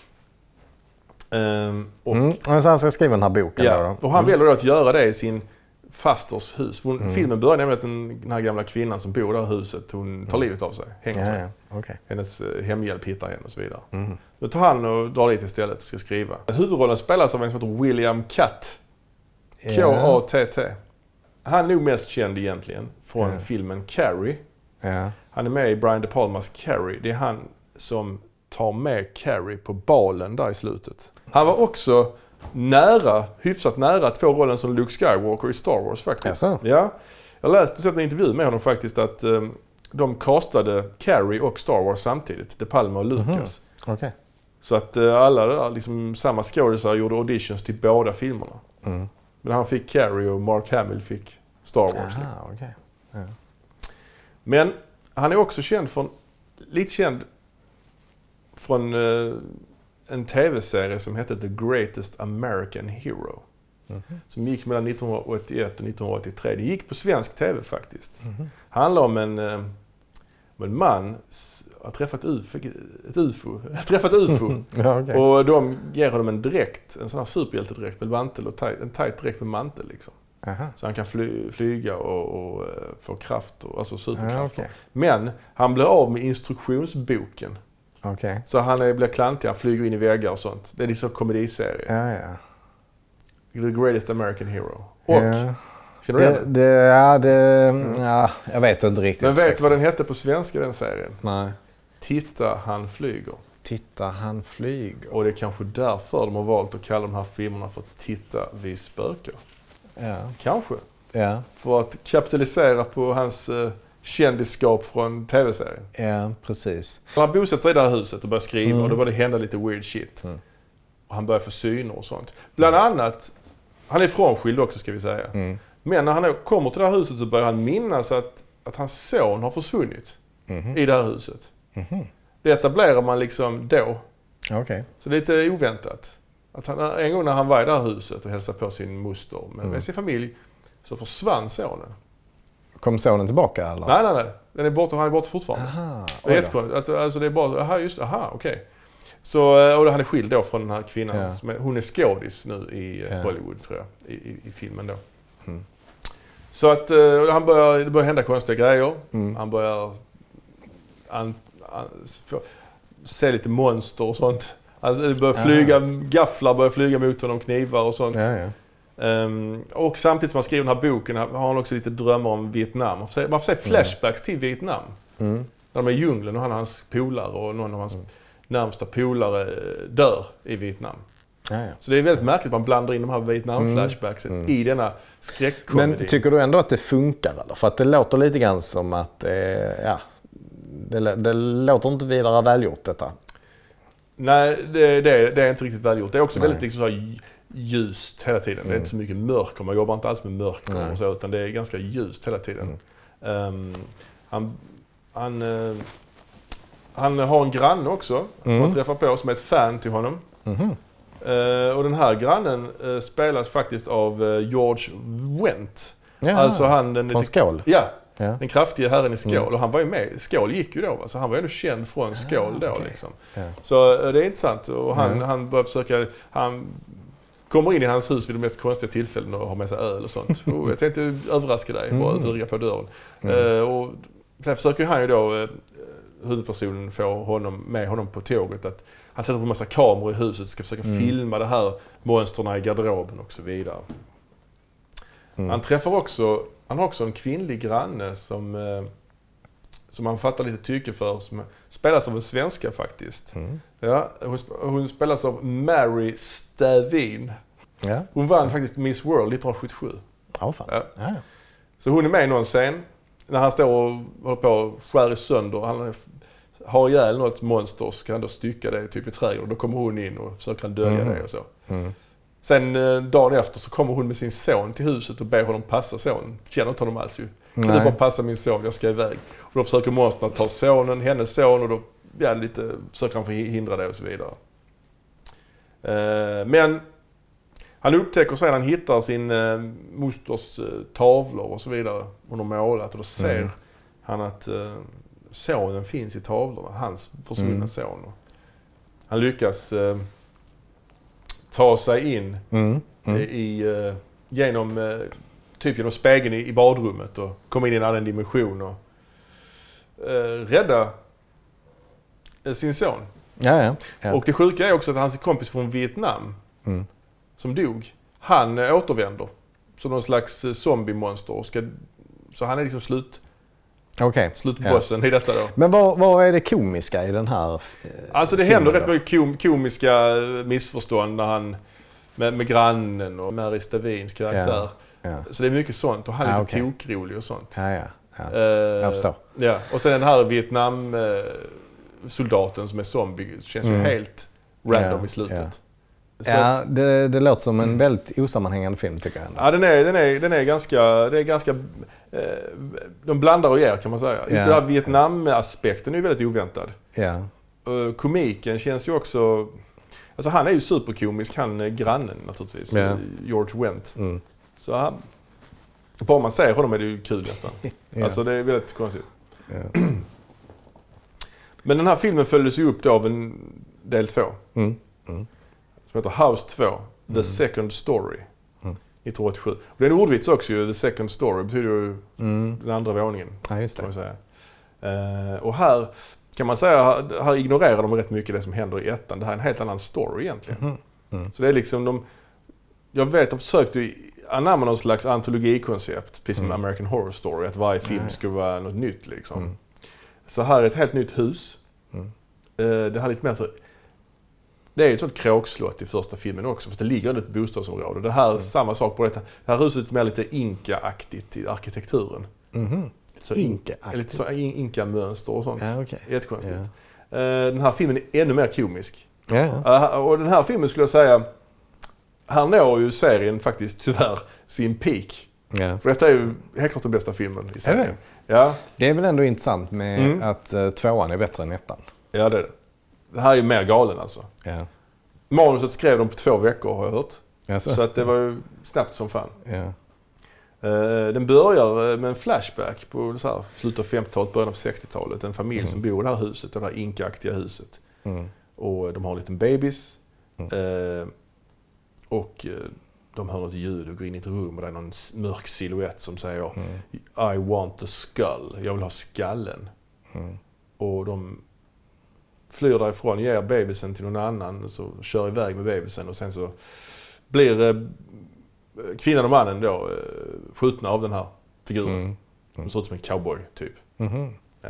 Um, och, mm. och så han ska skriva den här boken. Ja, då då. och han mm. väljer då att göra det i sin fasters hus. Hon, mm. Filmen börjar nämligen att den, den här gamla kvinnan som bor där i huset, hon tar mm. livet av sig. Hänger ja, sig. ja. Okay. Hennes uh, hemhjälp hittar henne och så vidare. Mm. Då tar han och drar dit istället och ska skriva. Huvudrollen spelas av en som heter William Katt. K A T T. Han är nog mest känd egentligen från mm. filmen Carrie. Ja. Han är med i Brian De Palmas Carrie. Det är han som tar med Carrie på balen där i slutet. Han var också nära, hyfsat nära att få rollen som Luke Skywalker i Star Wars faktiskt. Jaså? Ja. Jag läste sett en intervju med honom faktiskt att um, de castade Carrie och Star Wars samtidigt. De Palma och Lucas. Mm-hmm. Okay. Så att uh, alla där, liksom samma skådespelare gjorde auditions till båda filmerna. Mm. Men han fick Carrie och Mark Hamill fick Star Wars. Aha, liksom. Okay. Ja. Men han är också känd från, lite känd från uh, en tv-serie som hette The Greatest American Hero. Mm-hmm. Som gick mellan nittonhundraåttioett och nittonhundraåttiotre. Det gick på svensk tv faktiskt. Mm-hmm. Handlar om en, uh, om en man har träffat UFO, ett UFO, träffat UFO. Ja, okay. Och de ger honom en dräkt, en sån här superhjältedräkt med mantel och tajt, en tajt dräkt med mantel liksom. Aha. Så han kan fly, flyga och, och få kraft, och, alltså superkrafter. Ja, okay. Men han blir av med instruktionsboken. Okay. Så han är, blir klantig, han flyger in i väggar och sånt. Det är liksom komediserie. Ja, ja. The Greatest American Hero. Och, ja. känner du det, den? det, ja, det, mm. ja, jag vet inte riktigt. Men vet faktiskt. du vad den hette på svenska, den serien? Nej. Titta, han flyger. Titta, han flyger. Och det är kanske därför de har valt att kalla de här filmerna för Titta, vi spökar. Ja. Kanske. Ja. För att kapitalisera på hans uh, kändisskap från tv-serien. Ja, precis. Han bosatte sig i det här huset och började skriva mm. och då började det hända lite weird shit. Mm. Och han började få syner och sånt. Bland annat, han är frånskild också ska vi säga. Mm. Men när han kommer till det här huset så börjar han minnas att, att hans son har försvunnit mm. i det här huset. Mm. Det etablerar man liksom då. Okay. Så det är lite oväntat. Att han, en gång när han var i det här huset och hälsade på sin moster med, mm. med sin familj så försvann sonen. Kom sonen tillbaka eller? Nej, nej, nej. Den är borta, han är borta fortfarande. Aha, det är jättekonstigt. Att, alltså det är bara, aha, just aha, okej. Okay. Så, och han är skild då från den här kvinnan. Ja. Som är, hon är skådis nu i ja. Hollywood tror jag, i, i, i filmen då. Mm. Så att uh, han börjar, det börjar hända konstiga grejer. Mm. Han börjar an, an, för, se lite monster och sånt. Alltså det börjar flyga, ja. gafflar börjar flyga mot honom, knivar och sånt. Ja, ja. Um, och samtidigt som han skriver den här boken har han också lite drömmar om Vietnam. Man får se, man får se flashbacks mm. till Vietnam. Mm. När de är i djungeln och han och hans polare och någon av hans mm. närmsta polare dör i Vietnam. Ja, ja. Så det är väldigt märkligt att man blandar in de här Vietnam-flashbacksen mm. i denna skräckkomedi. Men tycker du ändå att det funkar eller? För att det låter lite grann som att eh, ja, det, det låter inte vidare välgjort detta. Nej, det, det, det är inte riktigt välgjort. Det är också Nej. väldigt liksom så här ljust hela tiden. Mm. Det är inte så mycket mörker. Man jobbar inte alls med mörker Nej. och så, utan det är ganska ljust hela tiden. Mm. Um, han, han, uh, han har en granne också mm. som han träffar på som är ett fan till honom. Mm. Uh, och den här grannen uh, spelas faktiskt av uh, George Wendt. Jaha, alltså han, den, från Skål? Ja, ja, den kraftiga herren i Skål. Mm. Och han var ju med. Skål gick ju då. Så han var ju ändå känd från Skål då. okay. Liksom. Ja. Så uh, det är intressant. Och han, mm. han börjar försöka... Han, kommer in i hans hus vid de mest konstiga tillfällen och har med sig öl och sånt. Och jag tänkte överraska dig, bara mm. ut på dörren. Mm. Uh, och sen försöker han ju då, uh, huvudpersonen, få honom med honom på tåget. Att han sätter på en massa kameror i huset och ska försöka mm. filma det här monsterna i garderoben och så vidare. Mm. Han träffar också, han har också en kvinnlig granne som, uh, som han fattar lite tycke för, som spelas av en svenska faktiskt. Mm. Ja, hon, hon spelas av Mary Stavin. Ja. Hon vann faktiskt Miss World nittonhundrasjuttiosju. Oh, fan. Ja. Ja. Så hon är med i någon scen. när han står och håller på och skär sönder, han har ihjäl något monster, så kan han då stycka det typ i trädgården. Då kommer hon in och försöker dölja mm. det och så. Mm. Sen dagen efter så kommer hon med sin son till huset och ber honom passa sonen. Känner inte honom alls ju. Kan Nej. du bara passa min son, jag ska iväg. Och då försöker monstern ta sonen, hennes son, och då ja, lite, försöker han förhindra det och så vidare. Uh, men han upptäcker sen, han hittar sin uh, mosters uh, tavlor och så vidare. Hon har målat, och då ser mm. han att uh, sonen finns i tavlorna. Hans försvunna mm. son. Han lyckas uh, ta sig in mm. Mm. i uh, genom uh, typ genom spegeln i, i badrummet och komma in i en annan dimension och uh, rädda uh, sin son. Ja, ja, ja. Och det sjuka är också att hans kompis från Vietnam mm. som dog, han uh, återvänder som någon slags uh, zombie-monster och ska, så han är liksom slut Okay. slutbossen ja. i detta då. Men vad, vad är det komiska i den här eh, Alltså det händer rätt mycket kom, komiska missförstånd när han med, med grannen och Mary Stavins karaktär. Ja. Ja. Så det är mycket sånt och han är ja, lite okay. tokrolig och sånt. Ja, ja. Ja. Uh, jag förstår. Ja. Och sen den här Vietnam uh, soldaten som är zombie känns mm. ju helt random ja, i slutet. Ja. Så ja, det, det låter som en mm. väldigt osammanhängande film tycker jag. Ja, den är, den är, den är ganska, det är ganska, eh, de blandar och ger kan man säga. Just ja. Den här Vietnam-aspekten är ju väldigt oväntad. Ja. Uh, komiken känns ju också, alltså han är ju superkomisk, han grannen naturligtvis, ja. George Wendt. Mm. Så han, bara man säger honom är det ju kul nästan. ja. Alltså det är väldigt konstigt. Ja. Men den här filmen följdes ju upp då av en del två. Mm. Mm. Som heter House två, The mm. Second Story, mm. nittonhundraåttiosju. Och det är en ordvits också ju, The Second Story betyder ju mm. den andra våningen. Ja, just det. Kan man säga. Uh, och här kan man säga, här, här ignorerar de rätt mycket det som händer i ettan. Det här är en helt annan story egentligen. Mm. Mm. Så det är liksom de, jag vet de försökte anamma någon slags antologikoncept, precis som mm. American Horror Story, att varje film Nej. skulle vara något nytt liksom. Mm. Så här är ett helt nytt hus. Mm. Uh, det här är lite mer så. Det är ju ett sånt kråkslott i första filmen också, för det ligger i ett bostadsområde. Det här är mm. samma sak på detta. Det här huset är mer lite inka-aktigt i arkitekturen. Mm-hmm. Så Inka-aktigt? Lite så inka-mönster och sånt. Ja, okay. Jättekonstigt. Ja. Den här filmen är ännu mer komisk. Ja. Och den här filmen skulle jag säga, här når ju serien faktiskt tyvärr sin peak. Ja. För detta är ju helt klart den bästa filmen i serien. Är det? Ja. Det är väl ändå intressant med mm. att uh, tvåan är bättre än ettan. Ja, det är det. Det här är ju mer galen alltså. Ja. Manuset skrev de på två veckor har jag hört. Alltså. Så att det var ju snabbt som fan. Ja. Uh, den börjar med en flashback på så här, slutet av femtiotalet, början av sextiotalet. En familj mm. som bor i det här huset, det här inka-aktiga huset. Mm. Och de har en liten bebis. Mm. Uh, och uh, de hör något ljud och går in i ett rum och det är någon mörk silhuett som säger mm. I want the skull. Jag vill ha skallen. Mm. Och de flyr därifrån, ger bebisen till någon annan, så kör iväg med bebisen och sen så blir eh, kvinnan och mannen då eh, skjutna av den här figuren. Mm. Mm. De ser ut som en cowboy typ. Mm. Ja.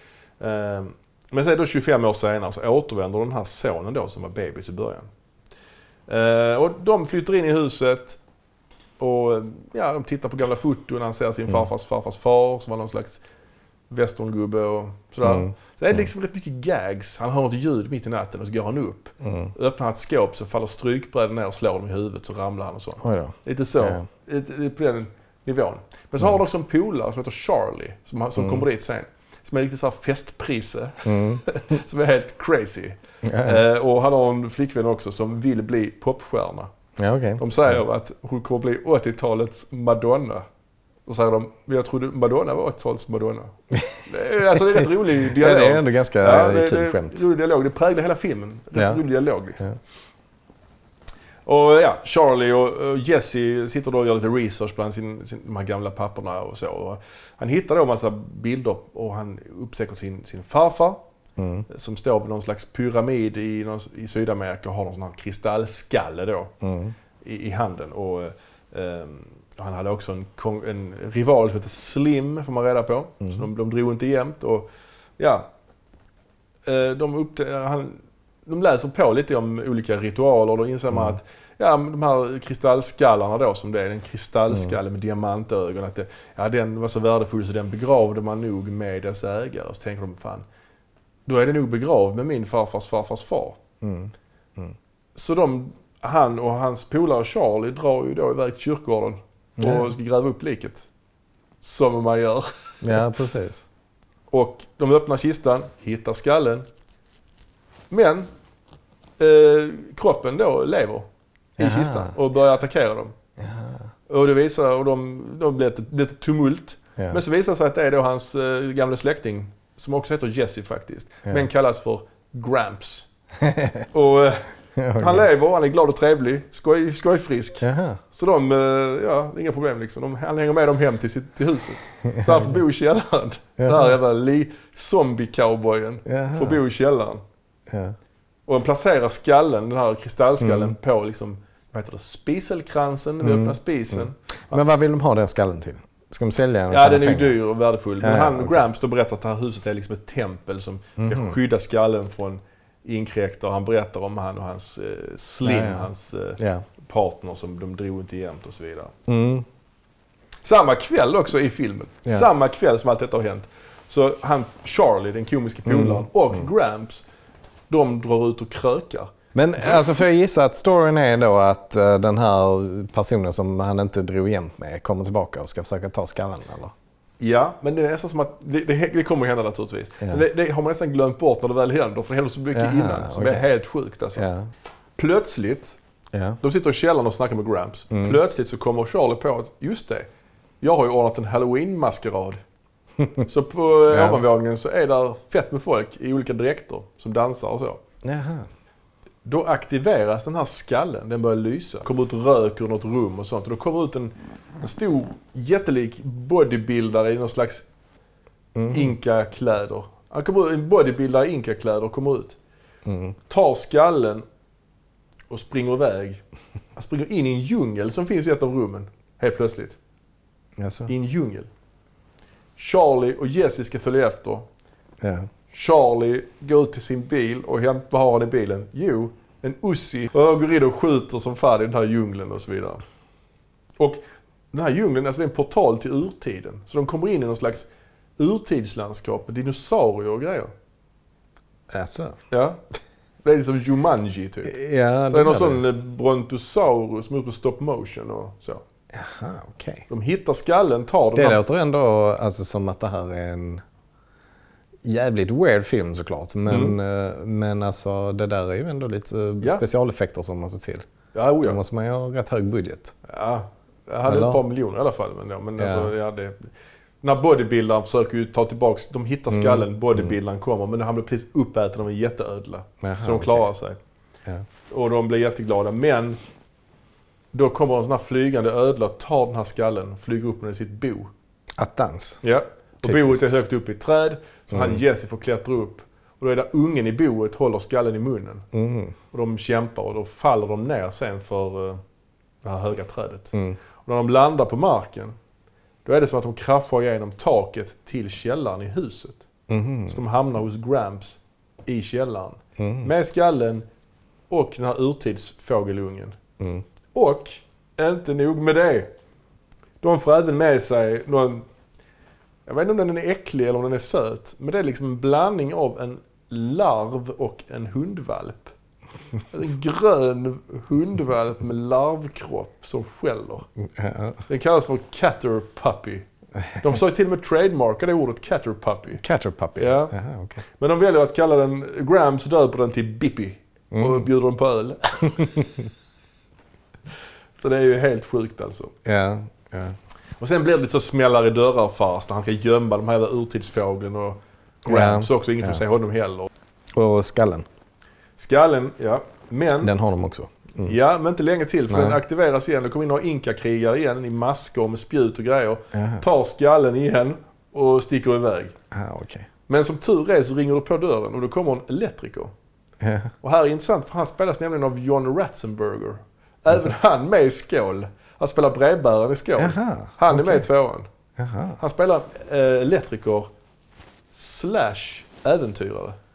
Eh, men sen då tjugofem år senare så återvänder den här sonen då som var bebis i början. Eh, och de flyttar in i huset och ja, de tittar på gamla foton. Han ser sin farfars farfars far som var någon slags västerngubbe och sådär. Mm. Så det är liksom rätt mycket gags. Han hör något ljud mitt i natten och så går han upp. Mm. Öppnar ett skåp så faller strykbrädan ner och slår dem i huvudet så ramlar han och så. Lite så. Ja. Lite på den nivån. Men så mm. har han också en polare som heter Charlie som, som mm. kommer dit sen. Som är riktigt så här festprise. Mm. Som är helt crazy. Mm. Eh, och han har en flickvän också som vill bli popstjärna. Ja, okay. De säger mm. att hon kommer bli åttiotalets Madonna. Och säger de, jag trodde Madonna var åttiotalets Madonna. Alltså det är rätt rolig dialog. Ja, det är ändå ganska ja, det, kul skämt. Det är rolig dialog. Det präglar hela filmen. Rätt ja. rolig dialog. Liksom. Ja. Och ja, Charlie och Jesse sitter då och gör lite research bland sin, sin, de här gamla papperna och så. Och han hittar då en massa bilder och han upptäcker sin, sin farfar. Mm. Som står på någon slags pyramid i, någon, i Sydamerika och har någon sån här kristallskalle då mm. i, i handen. Och um, han hade också en, en rival som heter Slim, får man reda på. Mm. Så de, de drog inte jämt. Och ja, de upptä- han de läser på lite om olika ritualer och då inser man mm. att ja, de här kristallskallarna då som det är, en kristallskalle mm. med diamantögon, att det, ja, den var så värdefull så den begravde man nog med dess ägare. Och så tänker de, fan, då är det nog begravd med min farfars farfars far. Mm. Mm. Så de, han och hans polare Charlie drar ju då iväg till kyrkogården och mm. ska gräva upp liket. Som man gör. Ja, precis. Och de öppnar kistan, hittar skallen. Men eh, kroppen då lever i Jaha. kistan och börjar attackera dem. Jaha. Och det visar, och de, de blir ett, blir ett tumult. Ja. Men så visar det sig att det är då hans eh, gamla släkting, som också heter Jesse faktiskt, ja. men kallas för Gramps. och eh, okay. han lever, han är glad och trevlig, skoj, skojfrisk. Jaha. Så de, eh, ja, inga problem liksom. De, han hänger med dem hem till, sitt, till huset. Så han får bo i källaren. Den här jävla li, zombie-cowboyen får bo i källaren. Ja. Och han placerar skallen, den här kristallskallen, mm. på liksom, vad heter det, spiselkransen, mm. vi öppnar spisen. Mm. Ja. Men vad vill de ha den skallen till? Ska de sälja den? Ja, den är ju dyr och värdefull. Men ja, han och okay. Gramps då berättar att det här huset är liksom ett tempel som ska mm. skydda skallen från inkräktare. Han berättar om han och hans eh, Slim, ja, ja. hans eh, ja. partner som de drog inte jämt och så vidare. Mm. Samma kväll också i filmen. Ja. Samma kväll som allt detta har hänt. Så han, Charlie, den komiska polaren, mm. och mm. Gramps, de drar ut och krökar. Men alltså för jag gissa att storyn är då att uh, den här personen som han inte drog jämt med kommer tillbaka och ska försöka ta skallen, eller? Ja, men det är nästan som att det, det, det kommer hända naturligtvis. Ja. Men det, det har man nästan glömt bort när det väl händer, för det händer så mycket Jaha, innan som okay. är helt sjukt alltså. Ja. Plötsligt, ja. de sitter i källaren och snackar med Gramps. Mm. Plötsligt så kommer Charlie på att just det, jag har ju ordnat en Halloween-maskerad. Så på ja. ovanvåningen så är där fett med folk i olika dräkter som dansar och så. Jaha. Då aktiveras den här skallen, den börjar lysa. Det kommer ut rök ur något rum och sånt. Och då kommer ut en, en stor, jättelik bodybuildare i någon slags mm. inka-kläder. Han kommer ut, en bodybuildare i inka-kläder kommer ut. Mm. Tar skallen och springer iväg. Han springer in i en djungel som finns i ett av rummen. Helt plötsligt. Jaså. I en djungel. Charlie och Jesse ska följa efter. Ja. Charlie går ut till sin bil och hämtar, vad har han i bilen? Jo, en Uzi. Och han går in och skjuter som fan i den här djungeln och så vidare. Och den här djungeln, alltså det är en portal till urtiden. Så de kommer in i någon slags urtidslandskap med dinosaurier och grejer. Alltså. Ja. Det är liksom Jumanji typ. Ja, så det är någon sån det. Brontosaurus som är på stop motion och så. Jaha, okej. Okay. De hittar skallen, tar den. Det här... låter ändå alltså, som att det här är en jävligt weird film såklart. Men, mm. men alltså, det där är ju ändå lite ja. specialeffekter som måste till. Ja, oja. Då måste man ju ha rätt hög budget. Ja, jag hade Eller? ett par miljoner i alla fall. Men, ja, men ja. Alltså, ja, det... När bodybuildaren försöker ju ta tillbaka, de hittar skallen, mm. bodybuildaren kommer, men han blir precis uppäten av en jätteödla. Jaha, så de klarar okay. sig. Ja. Och de blir jätteglada. Men då kommer en sån här flygande ödla, tar den här skallen och flyger upp med i sitt bo. Attans. Ja. Och boet är så högt upp i ett träd, så mm. han Jesse får klättra upp. Och då är det ungen i boet håller skallen i munnen. Mm. Och de kämpar och då faller de ner sen för uh, det här höga trädet. Mm. Och när de landar på marken, då är det som att de kraschar igenom taket till källaren i huset. Mm. Så de hamnar hos Gramps i källaren. Mm. Med skallen och den här urtidsfågelungen. Mm. Och inte nog med det. De får även med sig någon... Jag vet inte om den är äcklig eller om den är söt. Men det är liksom en blandning av en larv och en hundvalp. En grön hundvalp med larvkropp som skäller. Den kallas för Caterpuppy. De försöker till och med trademarka det ordet Caterpuppy. Caterpuppy? Ja. Aha, okay. Men de väljer att kalla den, Gramps döper den till Bippy. Mm. Och bjuder den på öl. Så det är ju helt sjukt alltså. Ja, ja. Och sen blir det lite så smällar i dörrar fast när han ska gömma de här urtidsfågeln och Gramps ja, också. Ingen får ja. se honom heller. Och skallen? Skallen, ja. Men, den har de också. Mm. Ja, men inte länge till för Nej. den aktiveras igen. Det kommer in några inka-krigare igen i masker med spjut och grejer. Aha. Tar skallen igen och sticker iväg. Ah, okay. Men som tur är så ringer du på dörren och då kommer en elektriker. Ja. Och här är intressant för han spelas nämligen av John Ratzenberger. Även alltså. han med i Skål. Han spelar brevbäraren i Skål. Aha, han är okay. med i tvåan. Aha. Han spelar eh, elektriker slash äventyrare.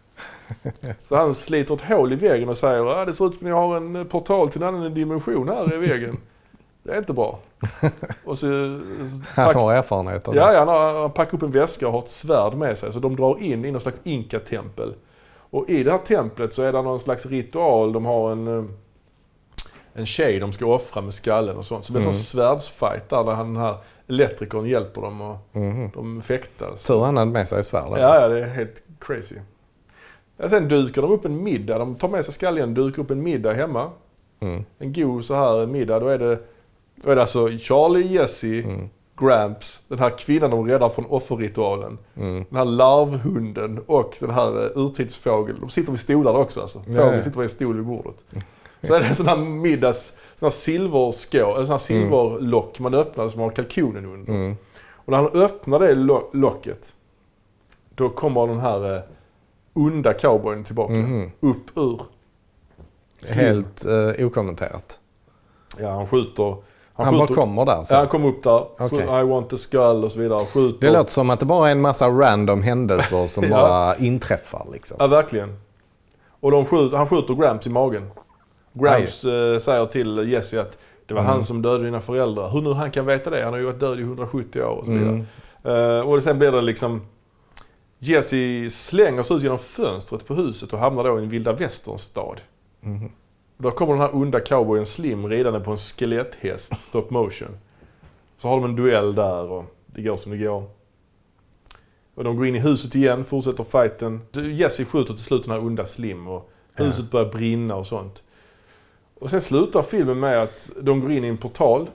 Så han sliter ett hål i väggen och säger att det ser ut som att ni har en portal till en annan dimension här i väggen. Det är inte bra. Och så, han har erfarenhet av det. Ja, ja, han, har, han packar upp en väska och har ett svärd med sig. Så de drar in i någon slags inka-tempel. Och i det här templet så är det någon slags ritual. De har en, en tjej de ska offra med skallen och sånt. Så det blir mm. en svärdsfight där, där han, den här elektrikern hjälper dem och mm. de fäktas. Tur han hade med sig svärd. Ja, ja, det är helt crazy. Ja, sen dukar de upp en middag. De tar med sig skallen, dukar upp en middag hemma. Mm. En god så här middag. Då är det, då är det alltså Charlie, Jesse, mm. Gramps, den här kvinnan de räddar från offerritualen. Mm. Den här larvhunden och den här urtidsfågeln. De sitter vid stolar också alltså. Fågeln ja. sitter vid en stol vid bordet. Så är det en sån här middags, sån här silverskål, en sån här silverlock man öppnar som har kalkonen under. Mm. Och när han öppnar det lo- locket, då kommer den här eh, onda cowboyen tillbaka. Mm. Upp ur. Slim. Helt eh, okommenterat. Ja, han skjuter. Han, han bara kommer där? Så. Ja, han kommer upp där. Okay. I want the skull och så vidare. Skjuter. Det låter som att det bara är en massa random händelser som ja. bara inträffar. Liksom. Ja, verkligen. Och de skjuter, han skjuter Gramps i magen. Gramps eh, säger till Jesse att det var mm. han som dödade dina föräldrar. Hur nu han kan veta det? Han har ju varit död i hundrasjuttio år och så vidare. Mm. Uh, och sen blir det liksom... Jesse slänger sig ut genom fönstret på huset och hamnar då i en vilda västernstad. Mm. Då kommer den här onda cowboyen Slim ridande på en skeletthäst, stop motion. Så har de en duell där och det går som det går. Och de går in i huset igen, fortsätter fighten. Jesse skjuter till slut den här onda Slim och huset ja. börjar brinna och sånt. Och sen slutar filmen med att de går in i en portal.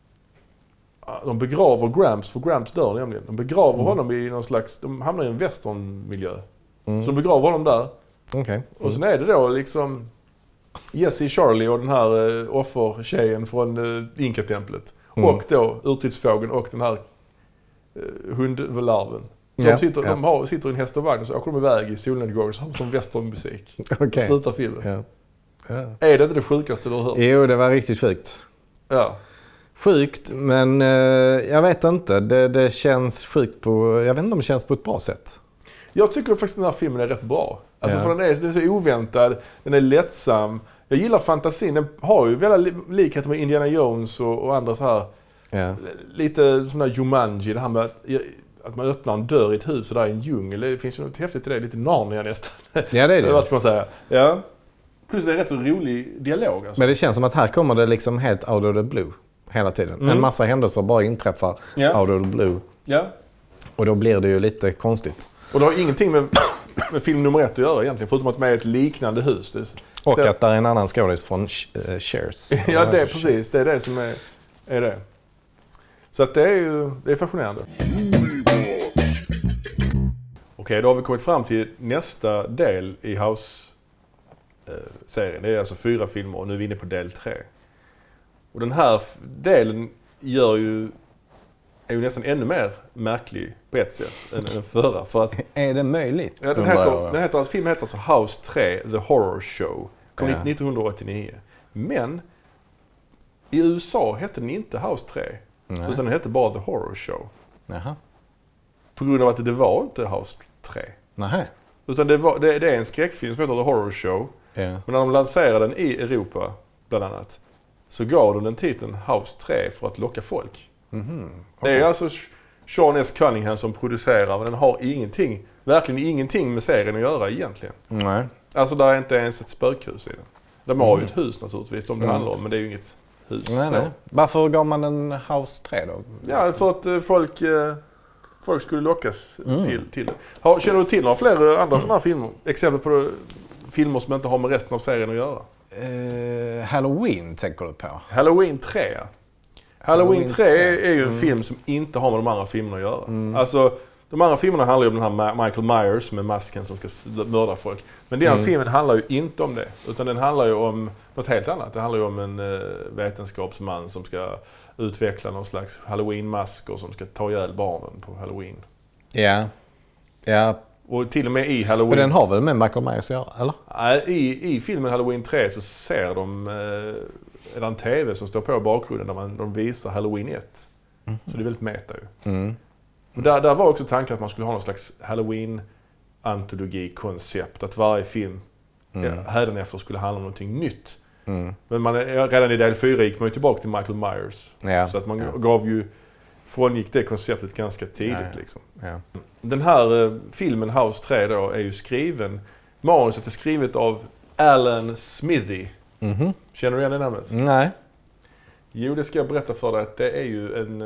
De begraver Gramps, för Gramps dör nämligen. De begraver mm. honom i någon slags, de hamnar i en westernmiljö. Mm. Så de begraver honom där. Okay. Mm. Och sen är det då liksom Jesse, Charlie och den här uh, offertjejen från uh, Inka-templet. Mm. Och då urtidsfågeln och den här uh, hundlarven. De, yeah, sitter, yeah. de har, sitter i en häst och vagn och så åker de iväg i solnedgången som westernmusik. Okay. Slutar filmen. Yeah. Yeah. Är det inte det sjukaste du har hört? Jo, det var riktigt sjukt. Ja. Sjukt, men eh, jag vet inte. Det, det känns sjukt på... Jag vet inte om det känns på ett bra sätt. Jag tycker faktiskt den här filmen är rätt bra. Alltså ja. för den är, den är så oväntad, den är lättsam. Jag gillar fantasin. Den har ju väldigt likheter med Indiana Jones och, och andra så här... Ja. Lite som där Jumanji, det här med att, att man öppnar en dörr i ett hus och där är en djungel. Det finns ju något häftigt i det. Lite Narnia nästan. Ja, det är det. Vad ska man säga? Ja. Plus det är rätt så rolig dialog. Alltså. Men det känns som att här kommer det liksom helt out of the blue. Hela tiden. Mm. En massa händelser bara inträffar yeah. out of the blue. Yeah. Och då blir det ju lite konstigt. Och det har ingenting med, med film nummer ett att göra egentligen, förutom att med ett liknande hus. Det, och så, att det är en annan skådis från uh, Shares. Ja, det är precis. Det är det som är, är det. Så att det är ju det är fascinerande. Okej, då har vi kommit fram till nästa del i House-serien. Det är alltså fyra filmer och nu är vi inne på del tre. Och den här delen gör ju, är ju nästan ännu mer märklig på ett sätt än den förra. För att, är det möjligt? Ja, den heter, den heter, filmen heter alltså House tre, The Horror Show. Kom ja. nittonhundraåttionio. Men i U S A hette den inte House tre. Nej. Utan den hette bara The Horror Show. Jaha. På grund av att det var inte House tre. Nej. Utan det, var, det, det är en skräckfilm som heter The Horror Show. Ja. Men när de lanserade den i Europa bland annat, så gav de den titeln House tre för att locka folk. Mm-hmm. Okay. Det är alltså Sean S. Cunningham som producerar, men den har ingenting, verkligen ingenting med serien att göra egentligen. Nej. Alltså där är inte ens ett spökhus i den. De har mm. ju ett hus naturligtvis, om det mm. handlar om, men det är ju inget hus. Nej, nej. Varför gav man en House tre då? Ja, för att uh, folk, uh, folk skulle lockas mm. till, till det. Har, känner du till några fler andra sådana här filmer? Exempel på uh, filmer som inte har med resten av serien att göra? Uh, Halloween tänker du på? Halloween tre. Halloween, Halloween tre är ju en mm. film som inte har med de andra filmerna att göra. Mm. Alltså, de andra filmerna handlar ju om den här Michael Myers med masken som ska mörda folk. Men den mm. filmen handlar ju inte om det. Utan den handlar ju om något helt annat. Det handlar ju om en uh, vetenskapsman som ska utveckla någon slags Halloween-masker som ska ta ihjäl barnen på Halloween. Ja. Ja. Och till och med i Halloween... Men den har väl med Michael Myers att göra, eller? I, I filmen Halloween tre så ser de uh, en tv som står på i bakgrunden där man, de visar Halloween ett. Mm. Så det är väldigt meta ju. Mm. Och där, där var också tanken att man skulle ha någon slags Halloween antologikoncept. Att varje film mm. hädanefter skulle handla om någonting nytt. Mm. Men man, redan i del fyra gick man ju tillbaka till Michael Myers. Ja. Så att man ja. gav ju, frångick det konceptet ganska tidigt. Ja, ja. Liksom. Ja. Den här eh, filmen House tre då är ju skriven, manuset är skrivet av Alan Smithy. Mm-hmm. Känner du igen det namnet? Nej. Jo, det ska jag berätta för dig att det är ju en,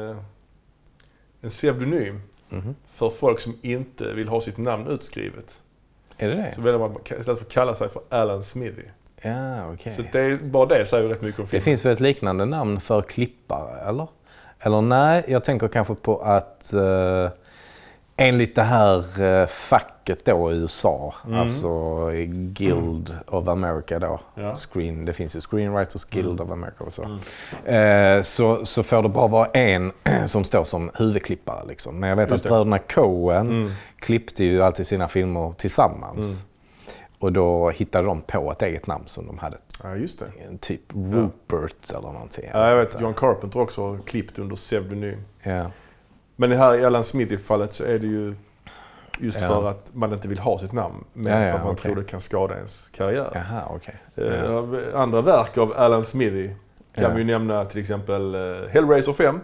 en pseudonym mm-hmm. för folk som inte vill ha sitt namn utskrivet. Är det det? Så väljer man istället för att kalla sig för Alan Smithy. Ja, okej. Okay. Så det är, bara det säger rätt mycket om filmen. Det finns väl ett liknande namn för klippare, eller? Eller nej, jag tänker kanske på att eh, enligt det här eh, facket då i U S A, mm. alltså Guild mm. of America då, ja. Screen, det finns ju Screenwriters Guild mm. of America och så. Mm. Eh, så. Så får det bara vara en som står som huvudklippare liksom. Men jag vet Just att det. bröderna Coen mm. klippte ju alltid sina filmer tillsammans. Mm. Och då hittade de på ett eget namn som de hade. Ja, just det. En typ Rupert ja. eller någonting. Ja, jag vet att John Carpenter också har klippt under pseudonym. Ja. Men det här i Alan Smith-fallet så är det ju just ja. för att man inte vill ha sitt namn. Men ja, ja, för att man okay. tror det kan skada ens karriär. Jaha, okay. uh, ja. Andra verk av Alan Smithy kan ja. vi ju nämna till exempel uh, Hellraiser fem.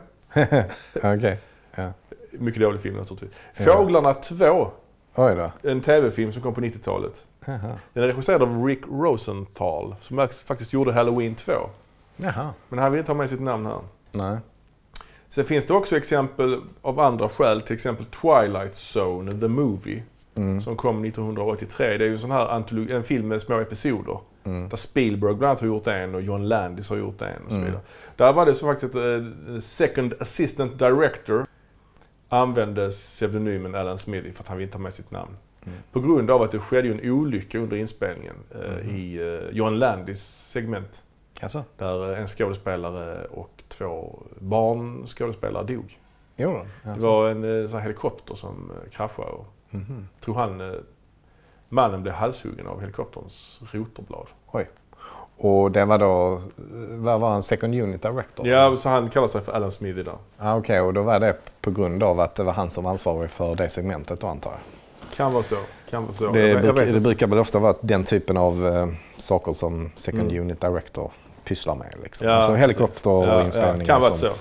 okay. ja. Mycket dålig film naturligtvis. Fåglarna två. Oj då. En tv-film som kom på nittiotalet. Jaha. Den är regisserad av Rick Rosenthal som faktiskt gjorde Halloween två. Jaha. Men han vill inte ha med sitt namn här. Nej. Sen finns det också exempel av andra skäl, till exempel Twilight Zone, The Movie, mm. som kom nittonhundraåttiotre. Det är ju en sån här antologi, en film med små episoder. Mm. Där Spielberg bland annat har gjort en och John Landis har gjort en och så vidare. Mm. Där var det så faktiskt ett uh, second assistant director använde pseudonymen Alan Smithy för att han vill inte ha med sitt namn. Mm. På grund av att det skedde en olycka under inspelningen uh, mm. i uh, John Landis segment. Alltså? Där en skådespelare och två barnskådespelare dog. Jo, alltså. Det var en sån helikopter som kraschade och mm-hmm. tror han, mannen blev halshuggen av helikopterns rotorblad. Oj. Och det var då, vad var han, second unit director? Ja, så han kallar sig för Alan Smithy där. Ah, okej, okay. Och då var det på grund av att det var han som var ansvarig för det segmentet då, antar jag? Kan vara så. Kan vara så. Det, jag, jag bruk, det brukar väl ofta vara den typen av uh, saker som second mm. unit director pysslar med. Liksom. Ja, alltså helikopter och ja, inspelningar ja, kan och sånt. Så.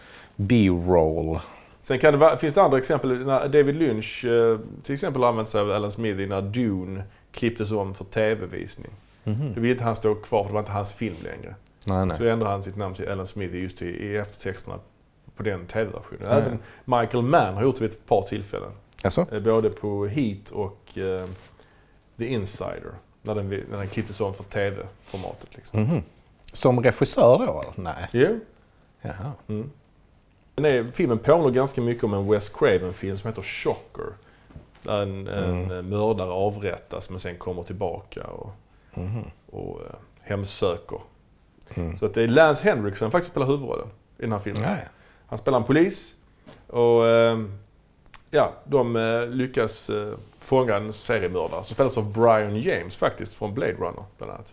B-roll. Sen kan det vara, finns det andra exempel. När David Lynch uh, till exempel har använt sig av Alan Smithy när Dune klipptes om för tv-visning. Mm-hmm. Då vill inte han stå kvar för det var inte hans film längre. Nej, nej. Så ändrade han sitt namn till Alan Smithy just i, i eftertexterna på den tv-versionen. Mm. Även Michael Mann har gjort det vid ett par tillfällen. Alltså? Både på Heat och uh, The Insider. När den, när den klipptes om för tv-formatet. Liksom. Mm-hmm. Som regissör då? Nej. Jo. Jaha. Mm. Den är, filmen påminner ganska mycket om en Wes Craven-film som heter Shocker. Där en, mm. en mördare avrättas men sen kommer tillbaka och, mm. och uh, hemsöker. Mm. Så att det är Lance Henriksen faktiskt spelar huvudrollen i den här filmen. Nej. Han spelar en polis och uh, ja, de uh, lyckas uh, fånga en seriemördare som spelas av Brian James faktiskt från Blade Runner bland annat.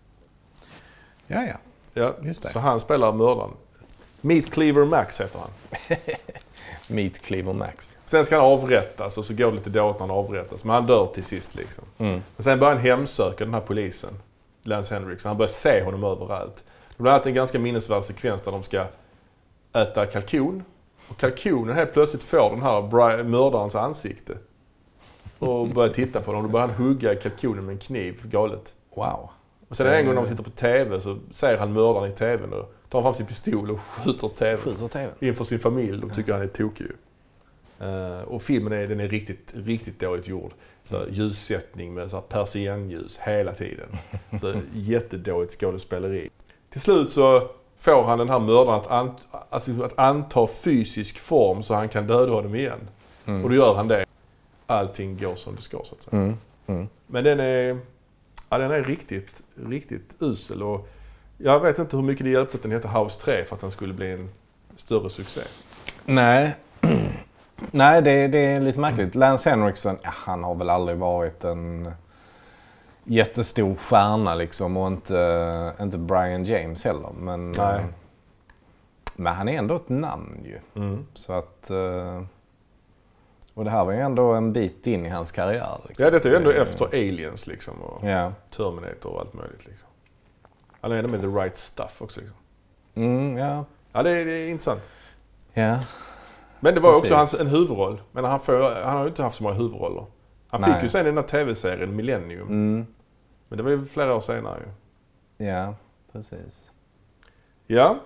Ja, ja. Ja, just det. Så han spelar mördaren. Meat Cleaver Max heter han. Meat Cleaver Max. Sen ska han avrättas och så går det lite dåligt när han avrättas. Men han dör till sist liksom. Mm. Men sen börjar han hemsöka den här polisen, Lance Henriksen. Han börjar se honom överallt. Det blir alltid en ganska minnesvärd sekvens där de ska äta kalkon. Och kalkonen helt plötsligt får den här bri- mördarens ansikte. Och börjar titta på dem. Då börjar han hugga i kalkonen med en kniv. Galet. Wow. Och sen en gång när de tittar på tv så ser han mördaren i tvn och tar fram sin pistol och skjuter tv. Skjuter tv. Inför sin familj. De tycker han är tokig. Uh, och filmen är, den är riktigt, riktigt dåligt gjord. Så mm. ljussättning med så här persiennljus hela tiden. Så jättedåligt skådespeleri. Till slut så får han den här mördaren att, ant, alltså att anta fysisk form så han kan döda honom igen. Mm. Och då gör han det. Allting går som det ska så att säga. Mm. Mm. Men den är... Ja, den är riktigt, riktigt usel och jag vet inte hur mycket det hjälpte att den heter House tre för att den skulle bli en större succé. Nej, Nej det, det är lite märkligt. Lance Henriksen, ja, han har väl aldrig varit en jättestor stjärna liksom och inte, inte Brian James heller. Men, Nej. men han är ändå ett namn ju. Mm. Så att... Uh... Och det här var ju ändå en bit in i hans karriär. Liksom. Ja, det är ju ändå efter Aliens liksom, och ja. Terminator och allt möjligt. Liksom. Han är ändå med The Right Stuff också. Liksom. Mm, ja. Ja, det är, det är intressant. Ja. Men det var Precis. också hans, en huvudroll. Men han, får, han har ju inte haft så många huvudroller. Han Nej. fick ju sen den där tv-serien Millennium. Mm. Men det var ju flera år senare ju. Ja, precis. Ja.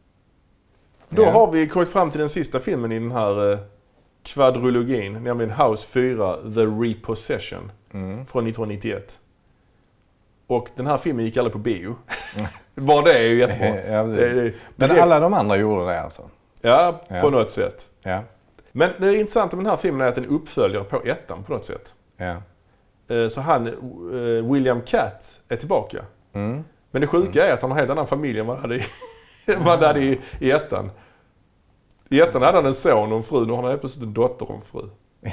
Då Ja. har vi kommit fram till den sista filmen i den här eh, kvadrologin. Nämligen House fyra, The Repossession. Mm. Från nittonhundranittioett. Och den här filmen gick aldrig på bio. Bara det är ju jättebra. Ja, precis. Det, det, Men direkt- alla de andra gjorde det alltså? Ja, på Ja. något sätt. Ja. Men det intressanta med den här filmen är att den uppföljer på ettan på något sätt. Ja. Eh, Så han, eh, William Catt, är tillbaka. Mm. Men det sjuka är att han har en helt annan familj än vad han hade i, vad han hade i, i ettan. I ettan hade han en son och en fru, nu har han helt plötsligt en dotter och en fru.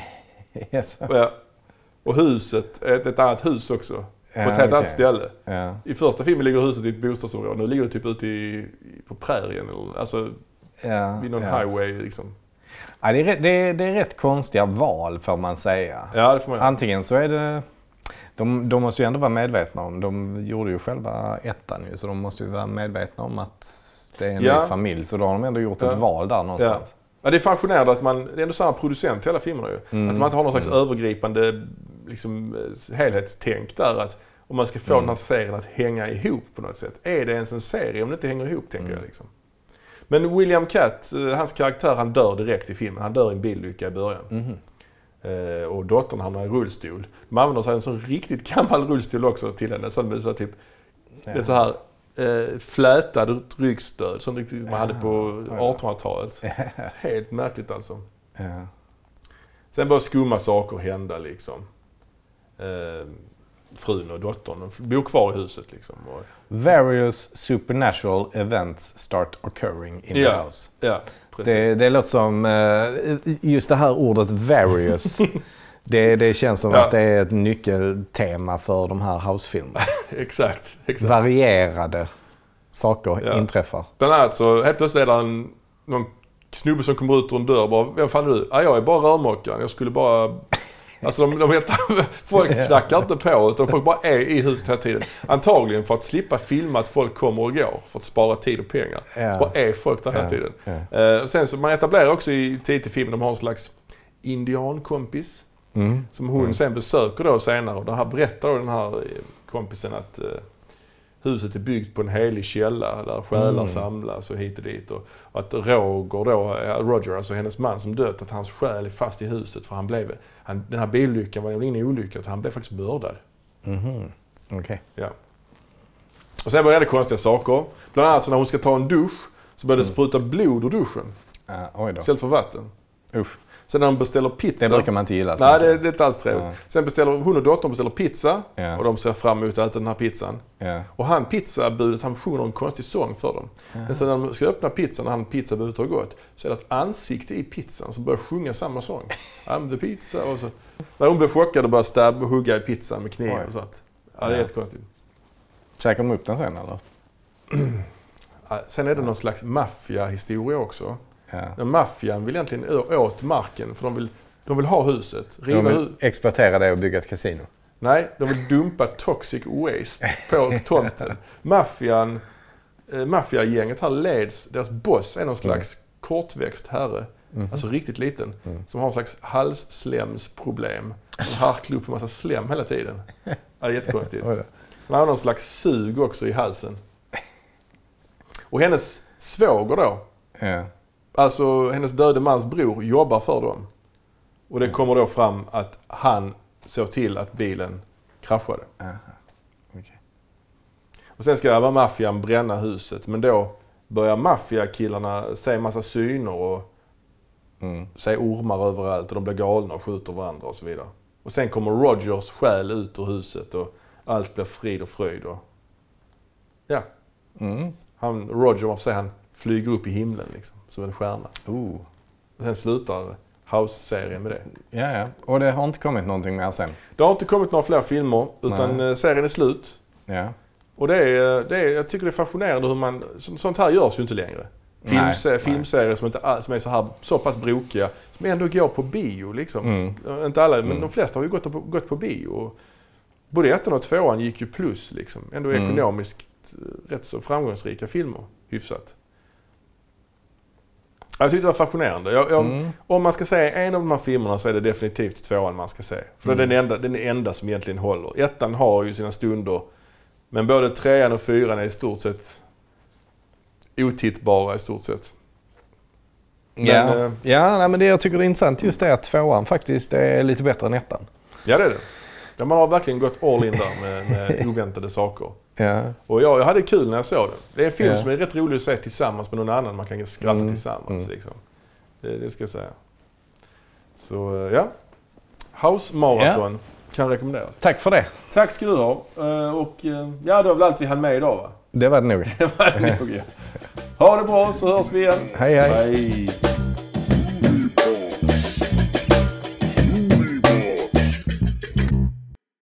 Yes. Och, ja, och huset är ett, ett annat hus också. Ja, på ett helt okej. annat ställe. Ja. I första filmen ligger huset i ett bostadsområde. Nu ligger det typ ute i, i, på prärien. Eller, alltså Ja. vid någon ja. highway liksom. Ja, det, är, rätt- det, är, det är rätt konstiga val får man säga. Ja, det får man göra. Antingen så är det... De, de måste ju ändå vara medvetna om, de gjorde ju själva ettan ju, så de måste ju vara medvetna om att det är en Ja. ny familj. Så då har de ändå gjort Ja. ett val där någonstans. Ja, det är fascinerande att man, det är ändå samma producent i hela filmerna ju. Mm. Att man inte har någon slags övergripande liksom, eh, helhetstänk där. Att om man ska få Mm. den här serien att hänga ihop på något sätt. Är det ens en serie om det inte hänger ihop, tänker Mm. jag liksom. Men William Catt, eh, hans karaktär, han dör direkt i filmen. Han dör i en bilolycka i början. Mhm. Eh, och dottern hamnar i rullstol. De använder sig av en sån riktigt gammal rullstol också till henne. Sån med så typ, Ja. det är så här eh, flätad ryggstöd som riktigt man hade på Ja. artonhundratalet. Helt märkligt alltså. Ja. Sen börjar skumma saker hända liksom. Eh, frun och dottern bor kvar i huset liksom. Och, Various supernatural events start occurring in Ja. the house. ja, precis. Det, det låter som, eh, just det här ordet various, det, det känns som Ja. att det är ett nyckeltema för de här housefilmerna. exakt, exakt. Varierade saker Ja. inträffar. Bland annat så helt plötsligt är det en, någon snubbe som kommer ut ur en dörr och bara, vem fan är du? Ja, jag är bara rörmokaren, jag skulle bara... Alltså de, de vet, folk knackar inte på utan folk bara är i huset hela tiden. Antagligen för att slippa filma att folk kommer och går, för att spara tid och pengar. Ja. Så bara är folk där hela Ja. tiden. Ja. Eh, sen så man etablerar också i tid till filmen, de har en slags indiankompis Mm. som hon Mm. sen besöker då senare. Och det här berättar då den här eh, kompisen att eh, huset är byggt på en helig källa där själar Mm. samlas och hit och dit. Och, och att Roger då, eh, Roger, alltså hennes man som dött, att hans själ är fast i huset för han blev, han, den här bilolyckan var ju ingen olycka utan han blev faktiskt mördad. Mhm. Okej. Ja. Och sen började det konstiga saker. Bland annat så när hon ska ta en dusch så började det Mm. spruta blod ur duschen Ja, oj då. istället för vatten. Usch. Sen när de beställer pizza. Det brukar man inte gilla. så Nej, det, mycket. det är inte alls trevligt. Ja. Sen beställer hon och dottern beställer pizza Ja. och de ser fram emot att äta den här pizzan. Ja. Och han pizzabudet, han sjunger en konstig sång för dem. Men sen när de ska öppna pizzan, när han pizzabudet har gått, så är det ett ansikte i pizzan som börjar sjunga samma sång. I'm the pizza och så. När hon blir chockad och börjar stabba och hugga i pizzan med kniv Oj. och sånt. Ja, det är Ja. jättekonstigt. Käkar de upp den sen eller? Ja, sen är det någon slags maffiahistoria också. Ja. Men maffian vill egentligen ö- åt marken för de vill, de vill ha huset. Riva De hu- vill exploatera det och bygga ett kasino. Nej, de vill dumpa toxic waste på tomten. Maffian, eh, maffiagänget här leds, deras boss är någon slags kortväxt herre. Mhm. Alltså riktigt liten. Mm. Som har en slags halsslemsproblem. Han harklar upp en massa slem hela tiden. Ja, det är jättekonstigt. Oj då. Han har någon slags sug också i halsen. Och hennes svåger då, Ja. alltså hennes döde mans bror, jobbar för dem. Och det Mm. kommer då fram att han såg till att bilen kraschade. Aha. Okej. Och sen ska maffian bränna huset. Men då börjar maffiakillarna se en massa syner och Mm. se ormar överallt. Och de blir galna och skjuter varandra och så vidare. Och sen kommer Rogers själ ut ur huset och allt blir frid och fröjd. Och ja, Mm. han, Roger, man får säga, han flyger upp i himlen liksom, som en stjärna. Oh. Och sen slutar House-serien med det. Ja, ja. Och det har inte kommit någonting mer sen? Det har inte kommit några fler filmer, utan Nej. serien är slut. Ja. Och det är, det är, jag tycker det är fascinerande hur man, så- sånt här görs ju inte längre. Filmse, Nej, filmserier som, inte, all- som är så här så pass brokiga, som men ändå går på bio liksom. Mm. Inte alla, men mm. de flesta har ju gått på, gått på bio. Både ettan och tvåan gick ju plus liksom. Ändå mm. ekonomiskt rätt så framgångsrika filmer, hyfsat. Jag tyckte det var fascinerande. Jag, jag, mm. Om man ska säga en av de här filmerna så är det definitivt tvåan man ska se. För mm. det är den enda, den enda som egentligen håller. Ettan har ju sina stunder, men både trean och fyran är i stort sett otittbara i stort sett. Men, ja, äh, ja nej, men det jag tycker är intressant just är att tvåan faktiskt är lite bättre än ettan. Ja, det är det. Ja, man har verkligen gått all in där med, med oväntade saker. Ja. Och jag, jag hade kul när jag såg det. Det är en film ja. som är rätt rolig att se tillsammans med någon annan. Man kan skratta mm. tillsammans. Mm. Liksom. Det, det ska jag säga. Så ja, House Marathon ja. kan rekommenderas. Tack för det. Tack ska du ha. Och ja, det var väl allt vi hann med idag, va? Det var det nog. Det var det nog, ja. Ha det bra, så hörs vi igen. Hej, hej. Hej.